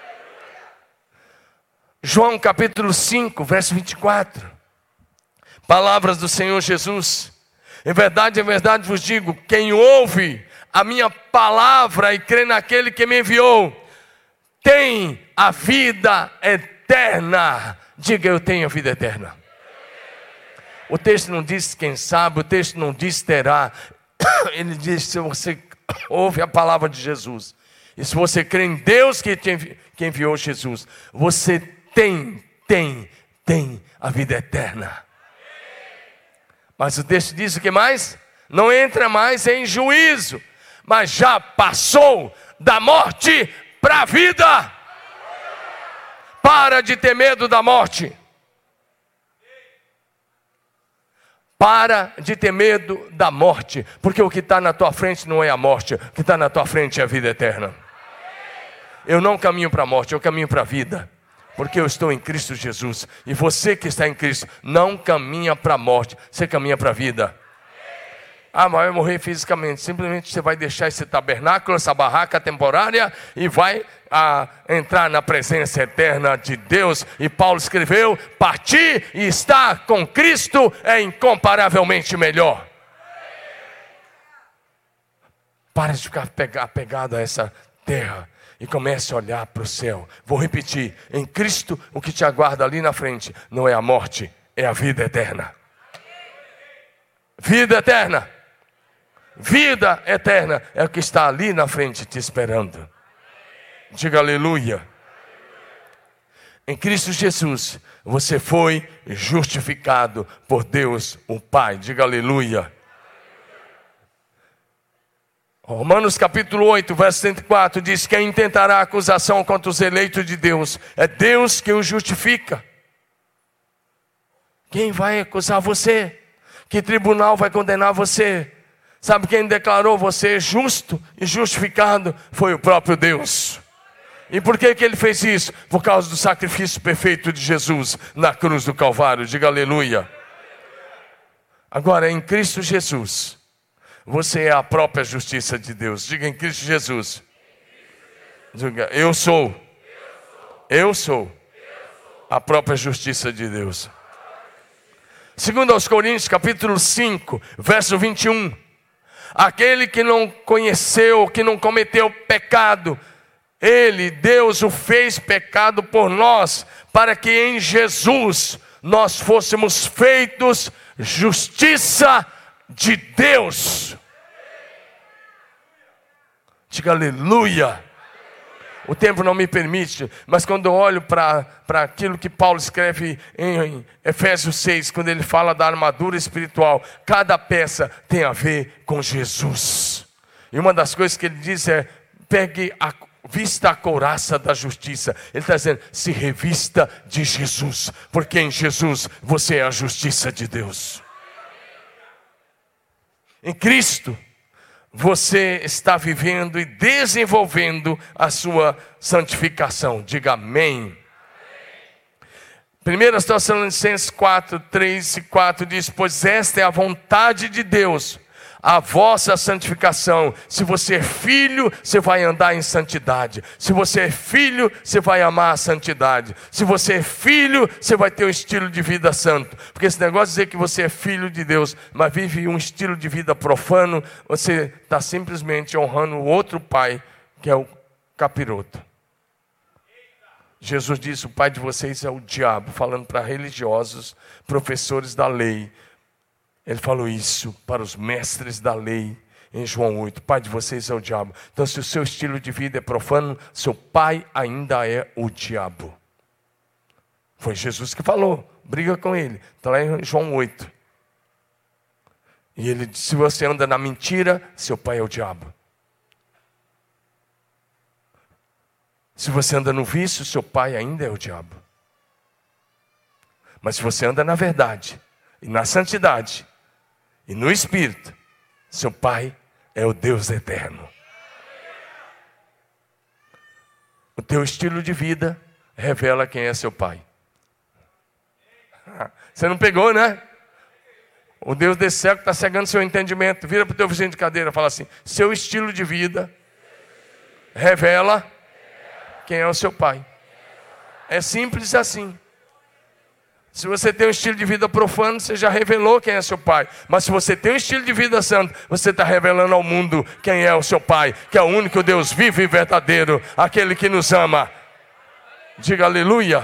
João capítulo 5, verso 24. Palavras do Senhor Jesus: em verdade vos digo, quem ouve a minha palavra e crê naquele que me enviou, tem a vida eterna. Diga: eu tenho a vida eterna. O texto não diz quem sabe, o texto não diz terá. Ele diz: se você ouve a palavra de Jesus, e se você crê em Deus que enviou Jesus, você tem a vida eterna. Mas o texto diz o que mais? Não entra mais em juízo, mas já passou da morte para a vida. Para de ter medo da morte. Para de ter medo da morte, porque o que está na tua frente não é a morte, o que está na tua frente é a vida eterna. Eu não caminho para a morte, eu caminho para a vida. Porque eu estou em Cristo Jesus. E você que está em Cristo não caminha para a morte, você caminha para a vida. Ah, mas vai morrer fisicamente. Simplesmente você vai deixar esse tabernáculo, essa barraca temporária, e vai entrar na presença eterna de Deus. E Paulo escreveu: partir e estar com Cristo é incomparavelmente melhor. Para de ficar apegado a essa terra e comece a olhar para o céu. Vou repetir: em Cristo o que te aguarda ali na frente não é a morte, é a vida eterna. Vida eterna. Vida eterna é o que está ali na frente te esperando. Diga aleluia. Em Cristo Jesus você foi justificado por Deus o Pai. Diga aleluia. Romanos capítulo 8, verso 104 diz: quem intentará acusação contra os eleitos de Deus? É Deus que os justifica. Quem vai acusar você? Que tribunal vai condenar você? Sabe quem declarou você justo e justificado? Foi o próprio Deus. E por que ele fez isso? Por causa do sacrifício perfeito de Jesus na cruz do Calvário. Diga aleluia. Agora, em Cristo Jesus, você é a própria justiça de Deus. Diga: em Cristo Jesus. Diga: eu sou a própria justiça de Deus. Segundo aos Coríntios capítulo 5, verso 21. Aquele que não conheceu, que não cometeu pecado, Ele, Deus, o fez pecado por nós, para que em Jesus nós fôssemos feitos justiça de Deus. Diga aleluia. O tempo não me permite, mas quando eu olho para aquilo que Paulo escreve em Efésios 6, quando ele fala da armadura espiritual, cada peça tem a ver com Jesus. E uma das coisas que ele diz é: vista a couraça da justiça. Ele está dizendo: se revista de Jesus, porque em Jesus você é a justiça de Deus. Em Cristo você está vivendo e desenvolvendo a sua santificação. Diga amém. 1 Tessalonicenses 4, 3 e 4 diz: pois esta é a vontade de Deus, a vossa santificação. Se você é filho, você vai andar em santidade. Se você é filho, você vai amar a santidade. Se você é filho, você vai ter um estilo de vida santo. Porque esse negócio de dizer que você é filho de Deus, mas vive um estilo de vida profano, você está simplesmente honrando o outro pai, que é o capiroto. Jesus disse: o pai de vocês é o diabo, falando para religiosos, professores da lei. Ele falou isso para os mestres da lei em João 8. O pai de vocês é o diabo. Então, se o seu estilo de vida é profano, seu pai ainda é o diabo. Foi Jesus que falou. Briga com ele. Está lá em João 8. E ele disse: se você anda na mentira, seu pai é o diabo. Se você anda no vício, seu pai ainda é o diabo. Mas se você anda na verdade e na santidade e no Espírito, seu pai é o Deus eterno. O teu estilo de vida revela quem é seu pai. Você não pegou, né? O Deus desse século está cegando seu entendimento. Vira para o teu vizinho de cadeira e fala assim: seu estilo de vida revela quem é o seu pai. É simples assim. Se você tem um estilo de vida profano, você já revelou quem é seu pai. Mas se você tem um estilo de vida santo, você está revelando ao mundo quem é o seu pai, que é o único Deus vivo e verdadeiro, aquele que nos ama. Diga aleluia.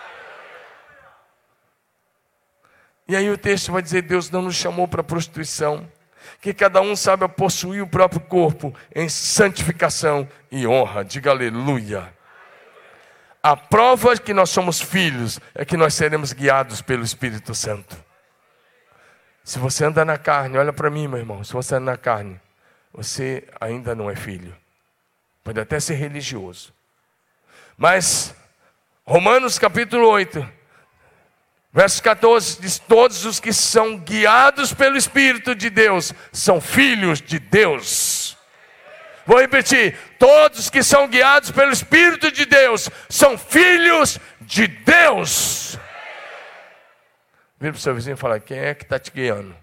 E aí o texto vai dizer: Deus não nos chamou para prostituição, que cada um saiba possuir o próprio corpo em santificação e honra. Diga aleluia. A prova que nós somos filhos é que nós seremos guiados pelo Espírito Santo. Se você anda na carne, olha para mim, meu irmão, se você anda na carne, você ainda não é filho. Pode até ser religioso. Mas, Romanos capítulo 8, verso 14, diz: todos os que são guiados pelo Espírito de Deus são filhos de Deus. Vou repetir: todos que são guiados pelo Espírito de Deus são filhos de Deus. Vira para o seu vizinho e fala: quem é que está te guiando?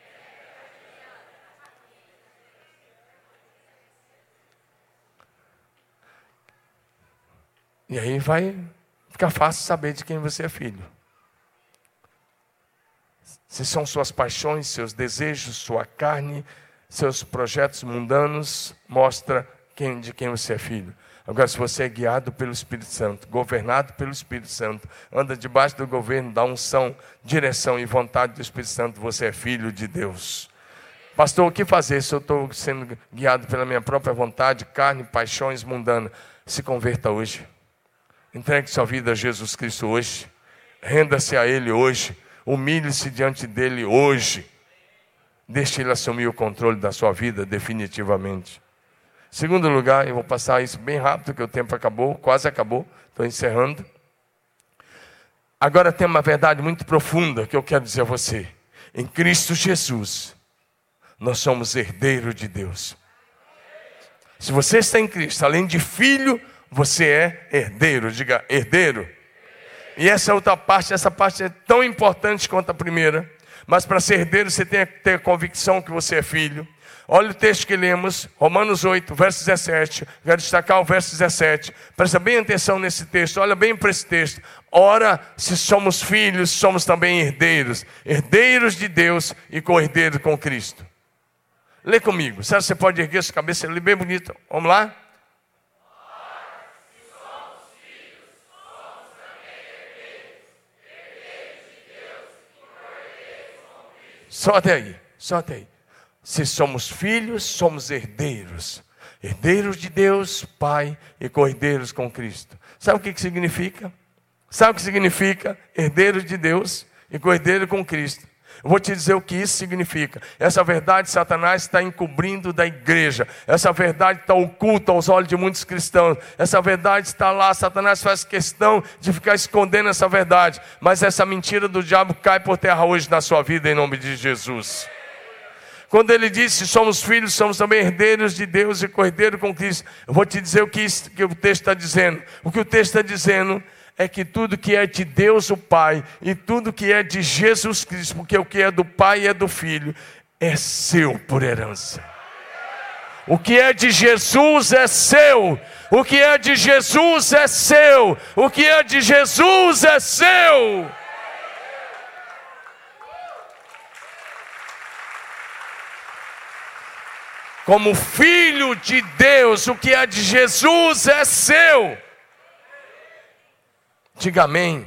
E aí vai ficar fácil saber de quem você é filho. Se são suas paixões, seus desejos, sua carne, seus projetos mundanos, mostra de quem você é filho. Agora, se você é guiado pelo Espírito Santo, governado pelo Espírito Santo, anda debaixo do governo da unção, direção e vontade do Espírito Santo, você é filho de Deus. Pastor, o que fazer se eu estou sendo guiado pela minha própria vontade, carne, paixões mundanas? Se converta hoje. Entregue sua vida a Jesus Cristo hoje. Renda-se a Ele hoje. Humilhe-se diante dEle hoje. Deixe Ele assumir o controle da sua vida definitivamente. Segundo lugar, eu vou passar isso bem rápido, porque o tempo acabou, quase acabou, estou encerrando. Agora tem uma verdade muito profunda que eu quero dizer a você. Em Cristo Jesus, nós somos herdeiros de Deus. Se você está em Cristo, além de filho, você é herdeiro. Diga, herdeiro. E essa outra parte, essa parte é tão importante quanto a primeira. Mas para ser herdeiro, você tem que ter a convicção que você é filho. Olha o texto que lemos, Romanos 8, verso 17. Quero destacar o verso 17. Presta bem atenção nesse texto, olha bem para esse texto. Ora, se somos filhos, somos também herdeiros. Herdeiros de Deus e co-herdeiros com Cristo. Lê comigo. Sabe, você pode erguer sua cabeça e ler bem bonito. Vamos lá? Só até aí, só até aí. Se somos filhos, somos herdeiros. Herdeiros de Deus, Pai, e co-herdeiros com Cristo. Sabe o que significa? Sabe o que significa herdeiros de Deus e co-herdeiro com Cristo? Eu vou te dizer o que isso significa. Essa verdade Satanás está encobrindo da igreja. Essa verdade está oculta aos olhos de muitos cristãos. Essa verdade está lá. Satanás faz questão de ficar escondendo essa verdade. Mas essa mentira do diabo cai por terra hoje na sua vida, em nome de Jesus. Quando ele disse, somos filhos, somos também herdeiros de Deus e co-herdeiros com Cristo. Eu vou te dizer o que o texto está dizendo. O que o texto está dizendo é que tudo que é de Deus o Pai e tudo que é de Jesus Cristo, porque o que é do Pai e é do Filho, é seu por herança. O que é de Jesus é seu. O que é de Jesus é seu. O que é de Jesus é seu. Como filho de Deus, o que é de Jesus é seu. Diga amém.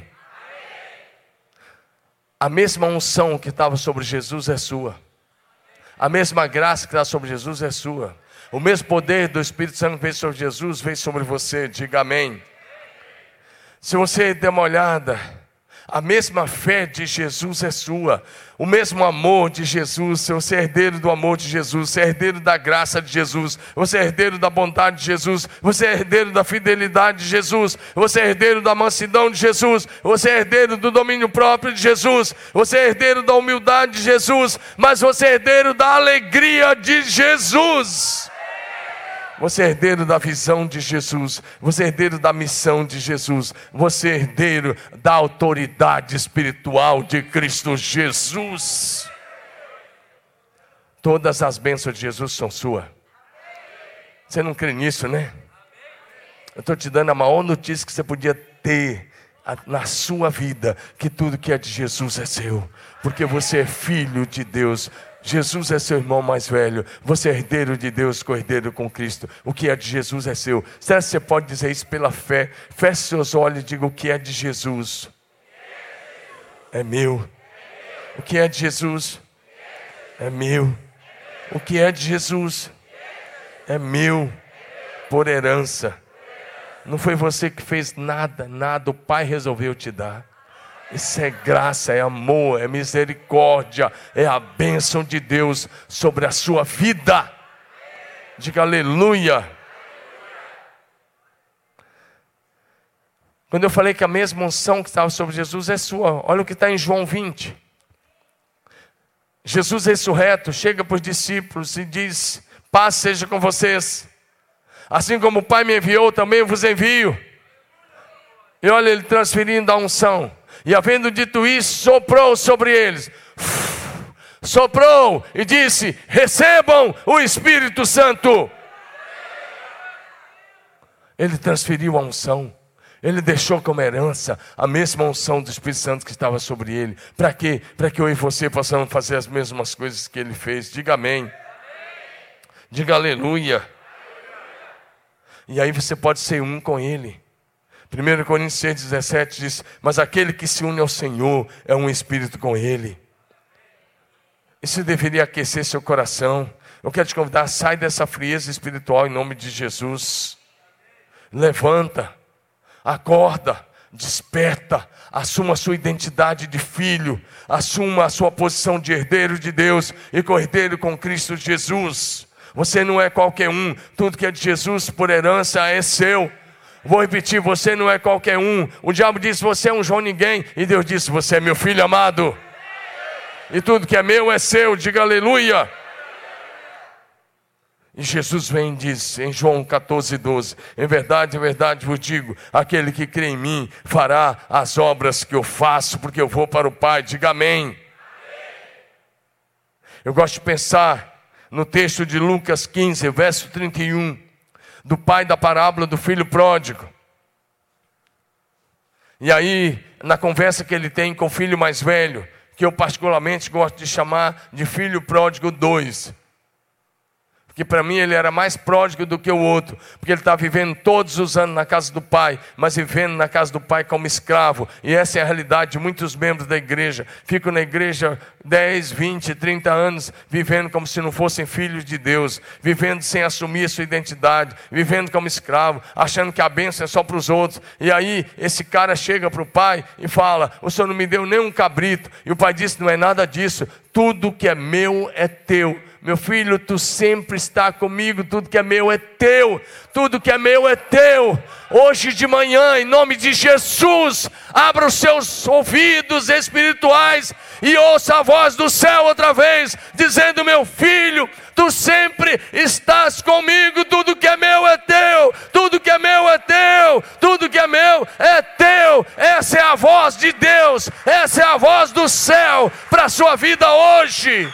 A mesma unção que estava sobre Jesus é sua. A mesma graça que está sobre Jesus é sua. O mesmo poder do Espírito Santo que veio sobre Jesus veio sobre você. Diga amém. Se você der uma olhada, a mesma fé de Jesus é sua. O mesmo amor de Jesus. Você é herdeiro do amor de Jesus. Você é herdeiro da graça de Jesus. Você é herdeiro da bondade de Jesus. Você é herdeiro da fidelidade de Jesus. Você é herdeiro da mansidão de Jesus. Você é herdeiro do domínio próprio de Jesus. Você é herdeiro da humildade de Jesus. Mas você é herdeiro da alegria de Jesus. Você é herdeiro da visão de Jesus. Você é herdeiro da missão de Jesus. Você é herdeiro da autoridade espiritual de Cristo Jesus. Todas as bênçãos de Jesus são suas. Você não crê nisso, né? Eu estou te dando a maior notícia que você podia ter na sua vida, que tudo que é de Jesus é seu. Porque você é filho de Deus. Jesus é seu irmão mais velho. Você é herdeiro de Deus, co-herdeiro com Cristo. O que é de Jesus é seu. Será que você pode dizer isso pela fé? Feche seus olhos e diga: o que é de Jesus é meu. O que é de Jesus é meu. O que é de Jesus é meu por herança. Não foi você que fez nada, nada. O Pai resolveu te dar. Isso é graça, é amor, é misericórdia, é a bênção de Deus sobre a sua vida. Diga aleluia. Quando eu falei que a mesma unção que estava sobre Jesus é sua, olha o que está em João 20. Jesus ressurreto chega para os discípulos e diz: paz seja com vocês. Assim como o Pai me enviou, também vos envio. E olha ele transferindo a unção. E havendo dito isso, soprou sobre eles. Soprou e disse: recebam o Espírito Santo. Ele transferiu a unção. Ele deixou como herança a mesma unção do Espírito Santo que estava sobre ele. Para quê? Para que eu e você possamos fazer as mesmas coisas que ele fez. Diga amém. Diga aleluia. E aí você pode ser um com ele. 1 Coríntios 6,17 diz: mas aquele que se une ao Senhor é um espírito com ele. Isso deveria aquecer seu coração. Eu quero te convidar: sai dessa frieza espiritual em nome de Jesus. Levanta, acorda, desperta, assuma a sua identidade de filho, assuma a sua posição de herdeiro de Deus e co-herdeiro com Cristo Jesus. Você não é qualquer um. Tudo que é de Jesus por herança é seu. Vou repetir: você não é qualquer um. O diabo disse: você é um João ninguém. E Deus disse: você é meu filho amado. E tudo que é meu é seu. Diga aleluia. E Jesus vem e diz em João 14:12: em verdade vos digo, aquele que crê em mim fará as obras que eu faço, porque eu vou para o Pai. Diga amém. Eu gosto de pensar no texto de Lucas 15, verso 31, do pai da parábola do filho pródigo. E aí, na conversa que ele tem com o filho mais velho, que eu particularmente gosto de chamar de filho pródigo 2. que para mim ele era mais pródigo do que o outro, porque ele está vivendo todos os anos na casa do pai, mas vivendo na casa do pai como escravo. E essa é a realidade de muitos membros da igreja. Ficam na igreja 10, 20, 30 anos, vivendo como se não fossem filhos de Deus, vivendo sem assumir a sua identidade, vivendo como escravo, achando que a bênção é só para os outros. E aí esse cara chega para o pai e fala: o senhor não me deu nem um cabrito. E o pai disse: não é nada disso, tudo que é meu é teu. Meu filho, tu sempre está comigo, tudo que é meu é teu, tudo que é meu é teu. Hoje de manhã, em nome de Jesus, abra os seus ouvidos espirituais e ouça a voz do céu outra vez, dizendo: meu filho, tu sempre estás comigo, tudo que é meu é teu, tudo que é meu é teu, tudo que é meu é teu. Essa é a voz de Deus, essa é a voz do céu para a sua vida hoje.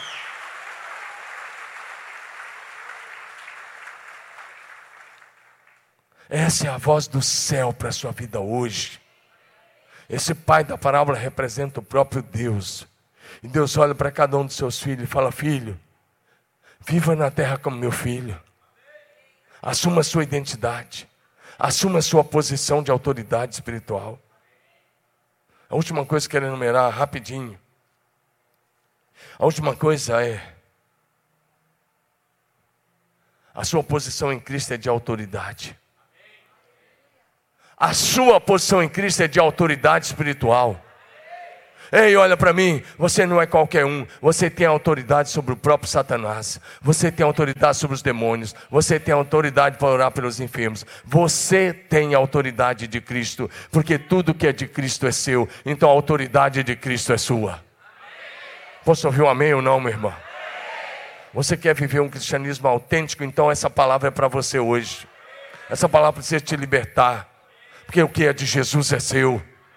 Essa é a voz do céu para a sua vida hoje. Esse pai da parábola representa o próprio Deus. E Deus olha para cada um dos seus filhos e fala: filho, viva na terra como meu filho. Assuma a sua identidade. Assuma a sua posição de autoridade espiritual. A última coisa que eu quero enumerar rapidinho. A última coisa é: a sua posição em Cristo é de autoridade. A sua posição em Cristo é de autoridade espiritual. Ei, olha para mim, você não é qualquer um. Você tem autoridade sobre o próprio Satanás. Você tem autoridade sobre os demônios. Você tem autoridade para orar pelos enfermos. Você tem a autoridade de Cristo, porque tudo que é de Cristo é seu. Então a autoridade de Cristo é sua. Posso ouvir um amém ou não, meu irmão? Você quer viver um cristianismo autêntico? Então essa palavra é para você hoje. Essa palavra precisa te libertar. Porque o que é de Jesus é seu.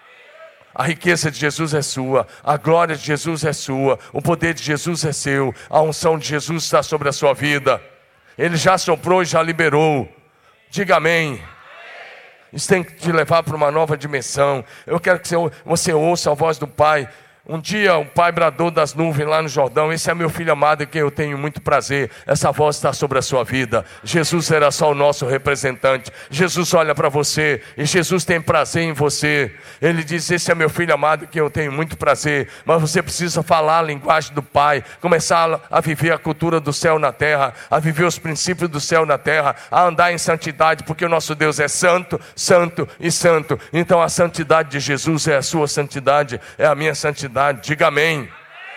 A riqueza de Jesus é sua. A glória de Jesus é sua. O poder de Jesus é seu. A unção de Jesus está sobre a sua vida. Ele já soprou e já liberou. Diga amém. Isso tem que te levar para uma nova dimensão. Eu quero que você ouça a voz do Pai. Um dia o Pai bradou das nuvens lá no Jordão: esse é meu filho amado em quem eu tenho muito prazer. Essa voz está sobre a sua vida. Jesus era só o nosso representante. Jesus olha para você e Jesus tem prazer em você. Ele diz: esse é meu filho amado em quem eu tenho muito prazer. Mas você precisa falar a linguagem do Pai, começar a viver a cultura do céu na terra, a viver os princípios do céu na terra, a andar em santidade, porque o nosso Deus é santo, santo e santo. Então a santidade de Jesus é a sua santidade, é a minha santidade. Diga amém.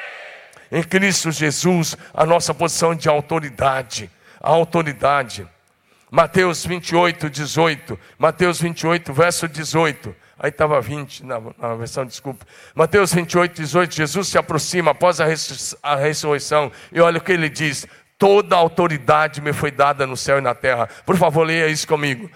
Em Cristo Jesus, a nossa posição de autoridade. A autoridade. Mateus 28, 18. Mateus 28, verso 18. Aí estava 20 na versão, desculpa. Mateus 28, 18. Jesus se aproxima após a ressurreição. E olha o que ele diz: toda a autoridade me foi dada no céu e na terra. Por favor, leia isso comigo.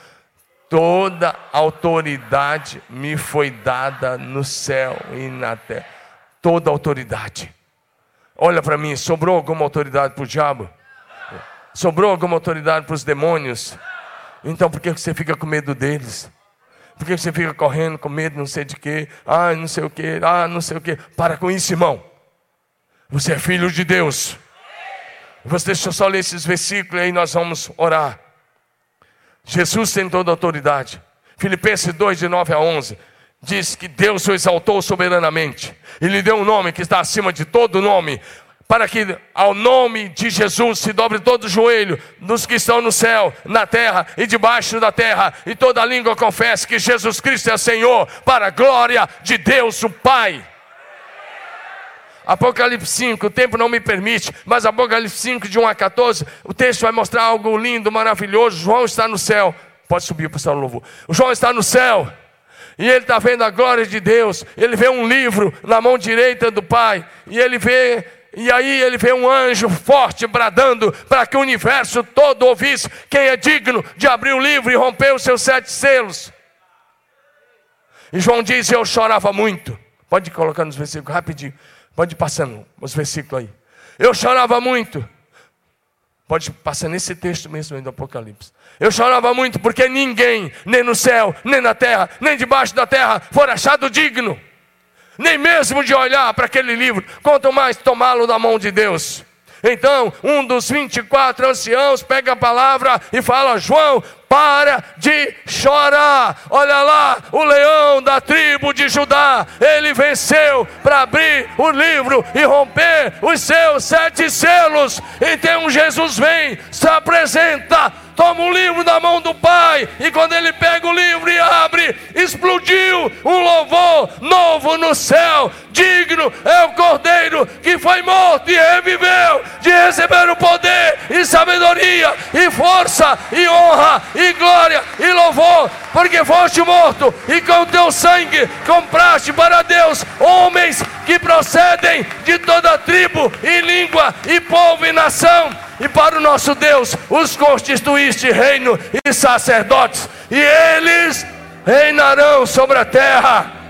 Toda autoridade me foi dada no céu e na terra. Toda autoridade. Olha para mim, sobrou alguma autoridade para o diabo? Sobrou alguma autoridade para os demônios? Então por que você fica com medo deles? Por que você fica correndo com medo não sei de quê? Não sei o quê, não sei o quê. Para com isso, irmão. Você é filho de Deus. Deixa eu só ler esses versículos e aí nós vamos orar. Jesus tem toda a autoridade. Filipenses 2, de 9 a 11. Diz que Deus o exaltou soberanamente e lhe deu um nome que está acima de todo nome, para que ao nome de Jesus se dobre todo o joelho dos que estão no céu, na terra e debaixo da terra, e toda língua confesse que Jesus Cristo é Senhor, para a glória de Deus o Pai. Apocalipse 5, o tempo não me permite, mas Apocalipse 5, de 1 a 14, o texto vai mostrar algo lindo, maravilhoso. João está no céu. Pode subir para o céu, louvor. O João está no céu. E ele está vendo a glória de Deus. Ele vê um livro na mão direita do Pai. E aí ele vê um anjo forte bradando para que o universo todo ouvisse: quem é digno de abrir o livro e romper os seus 7 selos? E João diz: eu chorava muito. Pode ir colocando os versículos rapidinho. Pode ir passando os versículos aí. Eu chorava muito. Pode passar nesse texto mesmo aí do Apocalipse. Eu chorava muito porque ninguém, nem no céu, nem na terra, nem debaixo da terra, for achado digno, nem mesmo de olhar para aquele livro, quanto mais tomá-lo da mão de Deus. Então, um dos 24 anciãos pega a palavra e fala: João, para de chorar. Olha lá, o leão da tribo de Judá, ele venceu para abrir o livro e romper os seus 7 selos. Então Jesus vem, se apresenta, toma o livro da mão do Pai, e quando ele pega o livro e abre, explodiu um louvor novo no céu. Digno é o Cordeiro que foi morto e reviveu, de receber o poder e sabedoria e força e honra e glória e louvor, porque foste morto e com teu sangue compraste para Deus homens que procedem de toda tribo e língua e povo e nação. E para o nosso Deus os constituíste reino e sacerdotes, e eles reinarão sobre a terra.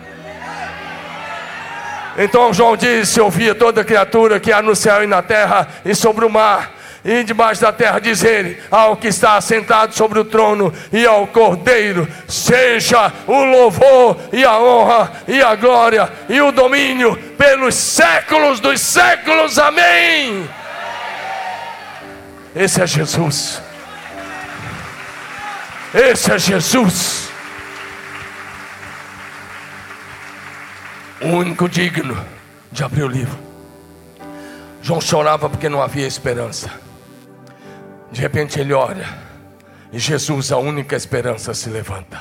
Então João disse: ouvia toda criatura que há no céu e na terra e sobre o mar e debaixo da terra dizer ao que está assentado sobre o trono e ao Cordeiro: seja o louvor e a honra e a glória e o domínio pelos séculos dos séculos. Amém. Esse é Jesus. Esse é Jesus, o único digno de abrir o livro. João chorava porque não havia esperança. De repente ele olha e Jesus, a única esperança, se levanta.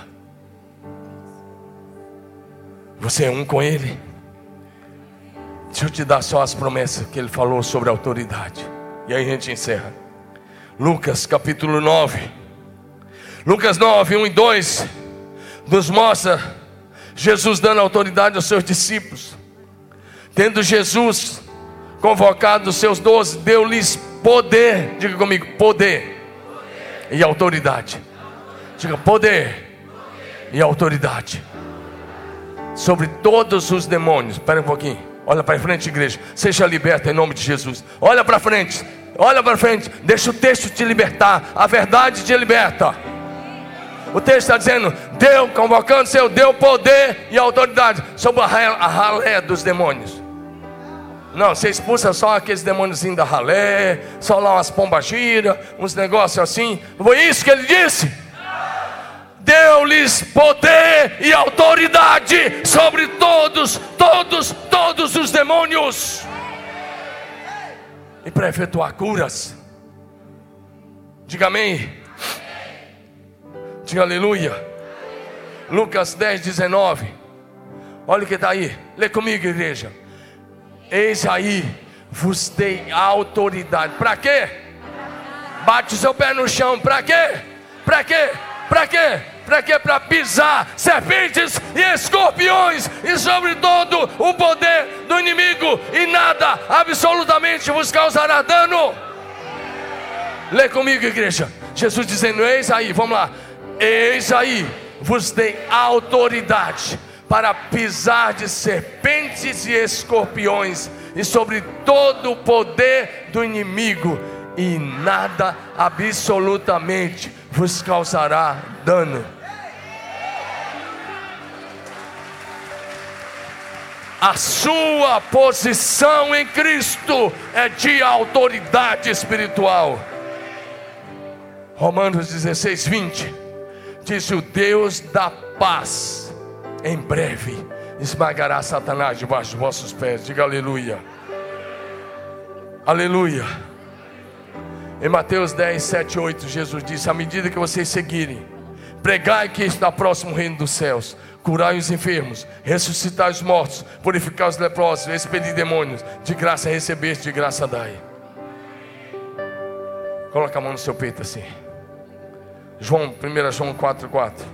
Você é um com ele? Deixa eu te dar só as promessas que ele falou sobre a autoridade, e aí a gente encerra. Lucas capítulo 9. Lucas 9, 1 e 2 nos mostra Jesus dando autoridade aos seus discípulos. Tendo Jesus convocado os seus 12, deu-lhes poder. Diga comigo: poder e autoridade. Diga: poder e autoridade sobre todos os demônios. Espera um pouquinho, olha para frente, igreja. Seja liberta em nome de Jesus. Olha para frente, olha para frente. Deixa o texto te libertar, a verdade te liberta. O texto está dizendo: deu, convocando seu, deu poder e autoridade sobre a ralé dos demônios. Não, você expulsa só aqueles demôniozinhos da ralé, só lá umas pombagiras, uns negócios assim. Não foi isso que ele disse? Deu-lhes poder e autoridade sobre todos os demônios, e para efetuar curas. Diga amém. Diga aleluia. Lucas 10, 19. Olha o que está aí. Lê comigo, igreja. Eis aí, vos dei autoridade. Para quê? Bate o seu pé no chão. Para quê? Para quê? Para quê? Para quê? Para pisar serpentes e escorpiões e sobre todo o poder do inimigo, e nada absolutamente vos causará dano. Lê comigo, igreja. Jesus dizendo: eis aí, vamos lá. Eis aí, vos dei autoridade para pisar de serpentes e escorpiões e sobre todo o poder do inimigo, e nada absolutamente vos causará dano. A sua posição em Cristo é de autoridade espiritual. Romanos 16, 20 diz: o Deus da paz em breve esmagará Satanás debaixo dos vossos pés. Diga aleluia. Aleluia. Em Mateus 10, 7, 8, Jesus disse: à medida que vocês seguirem, pregai que está próximo o reino dos céus, curai os enfermos, ressuscitai os mortos, purificai os leprosos, expedir demônios. De graça recebeste, de graça dai. Coloca a mão no seu peito assim. 1 João 4, 4.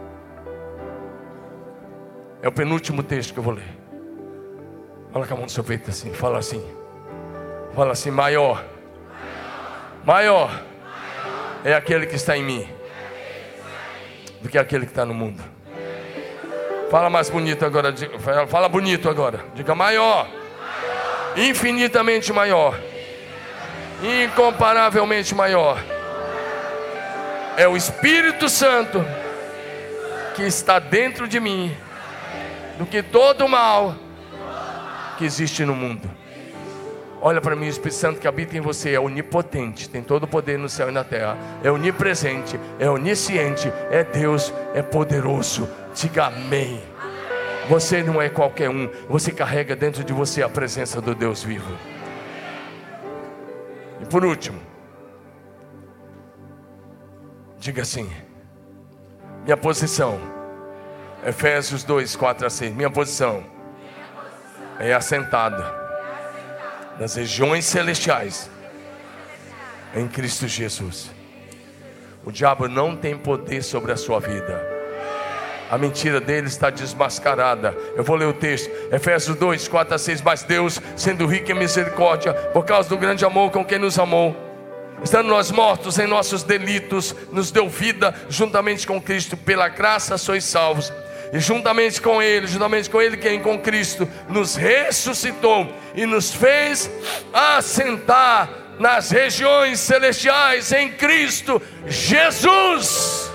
É o penúltimo texto que eu vou ler. Coloca a mão no seu peito assim. Fala assim. Fala assim: maior é aquele que está em mim do que aquele que está no mundo. Fala mais bonito agora. Fala bonito agora. Diga: maior. Infinitamente maior. Incomparavelmente maior é o Espírito Santo que está dentro de mim do que todo o mal que existe no mundo. Olha para mim, o Espírito Santo que habita em você é onipotente, tem todo o poder no céu e na terra, é onipresente, é onisciente, é Deus, é poderoso. Diga amém. Você não é qualquer um, você carrega dentro de você a presença do Deus vivo. E por último, diga assim: minha posição, Efésios 2, 4 a 6, minha posição é assentada nas regiões celestiais em Cristo Jesus. O diabo não tem poder sobre a sua vida. A mentira dele está desmascarada. Eu vou ler o texto, Efésios 2, 4 a 6. Mas Deus, sendo rico em misericórdia, por causa do grande amor com quem nos amou, estando nós mortos em nossos delitos, nos deu vida juntamente com Cristo. Pela graça sois salvos. E juntamente com Ele quem com Cristo nos ressuscitou e nos fez assentar nas regiões celestiais em Cristo Jesus.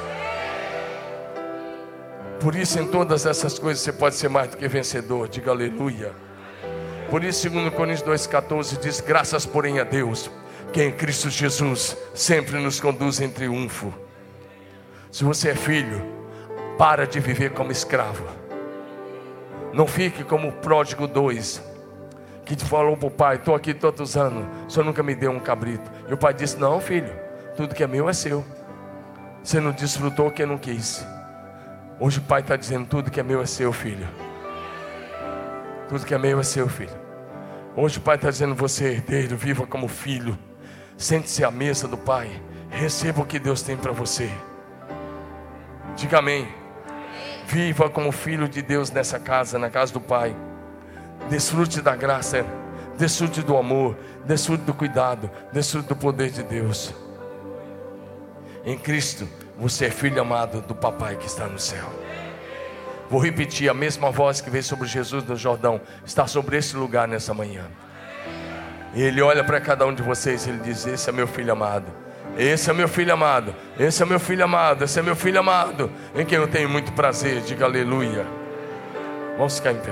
Por isso, em todas essas coisas você pode ser mais do que vencedor. Diga aleluia. Por isso, 2 Coríntios 2,14 diz: graças porém a Deus, que em Cristo Jesus sempre nos conduz em triunfo. Se você é filho, para de viver como escravo. Não fique como o pródigo 2, que te falou para o pai: estou aqui tantos anos, o senhor nunca me deu um cabrito. E o pai disse: não, filho, tudo que é meu é seu. Você não desfrutou o que não quis. Hoje o pai está dizendo: tudo que é meu é seu, filho. Tudo que é meu é seu, filho. Hoje o pai está dizendo: você é herdeiro, viva como filho. Sente-se à mesa do pai, receba o que Deus tem para você. Diga amém. Viva como filho de Deus nessa casa, na casa do pai. Desfrute da graça, desfrute do amor, desfrute do cuidado, desfrute do poder de Deus. Em Cristo você é filho amado do papai que está no céu. Vou repetir: a mesma voz que veio sobre Jesus no Jordão está sobre esse lugar nessa manhã. E Ele olha para cada um de vocês e Ele diz: esse é meu filho amado, esse é meu filho amado, esse é meu filho amado, esse é meu filho amado, em quem eu tenho muito prazer. Diga aleluia. Vamos ficar em pé.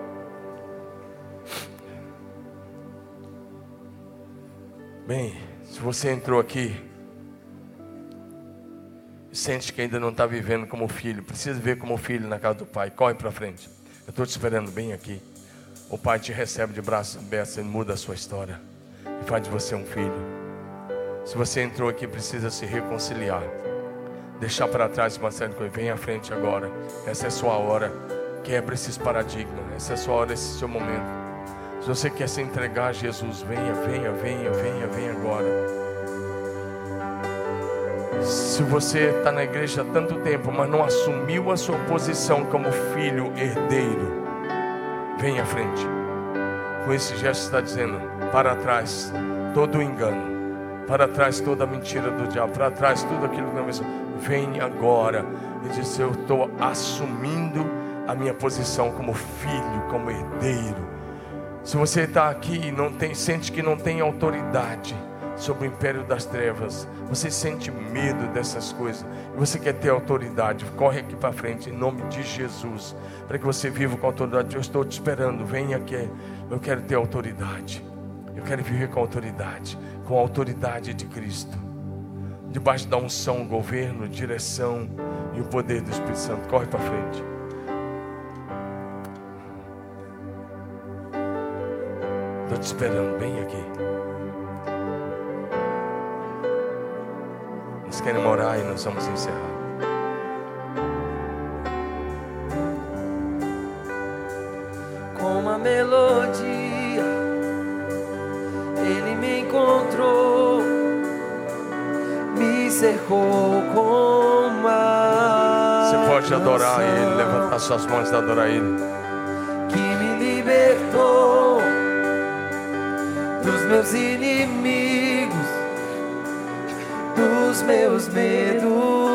Bem, se você entrou aqui e sente que ainda não está vivendo como filho, precisa viver como filho na casa do pai, corre para frente. Eu estou te esperando bem aqui. O pai te recebe de braços abertos e muda a sua história e faz de você um filho. Se você entrou aqui, precisa se reconciliar, deixar para trás uma série de coisas. Vem à frente agora. Essa é a sua hora. Quebra esses paradigmas. Essa é a sua hora, esse é o seu momento. Se você quer se entregar a Jesus, venha agora. Se você está na igreja há tanto tempo, mas não assumiu a sua posição como filho herdeiro, venha à frente. Com esse gesto está dizendo: para trás todo o engano, para trás toda a mentira do diabo, para trás tudo aquilo que não venceu. Vem agora e diz: eu estou assumindo a minha posição como filho, como herdeiro. Se você está aqui e não tem, sente que não tem autoridade sobre o império das trevas, você sente medo dessas coisas e você quer ter autoridade, corre aqui para frente em nome de Jesus, para que você viva com autoridade. Eu estou te esperando, venha aqui. Eu quero ter autoridade, eu quero viver com a autoridade de Cristo, debaixo da unção, governo, direção e o poder do Espírito Santo. Corre para frente. Estou te esperando, bem aqui. Nós queremos orar e nós vamos encerrar. Com uma melodia Ele me encontrou, me cercou com uma. Você pode adorar Ele, levantar suas mãos e adorar Ele. Que me libertou dos meus inimigos, dos meus medos.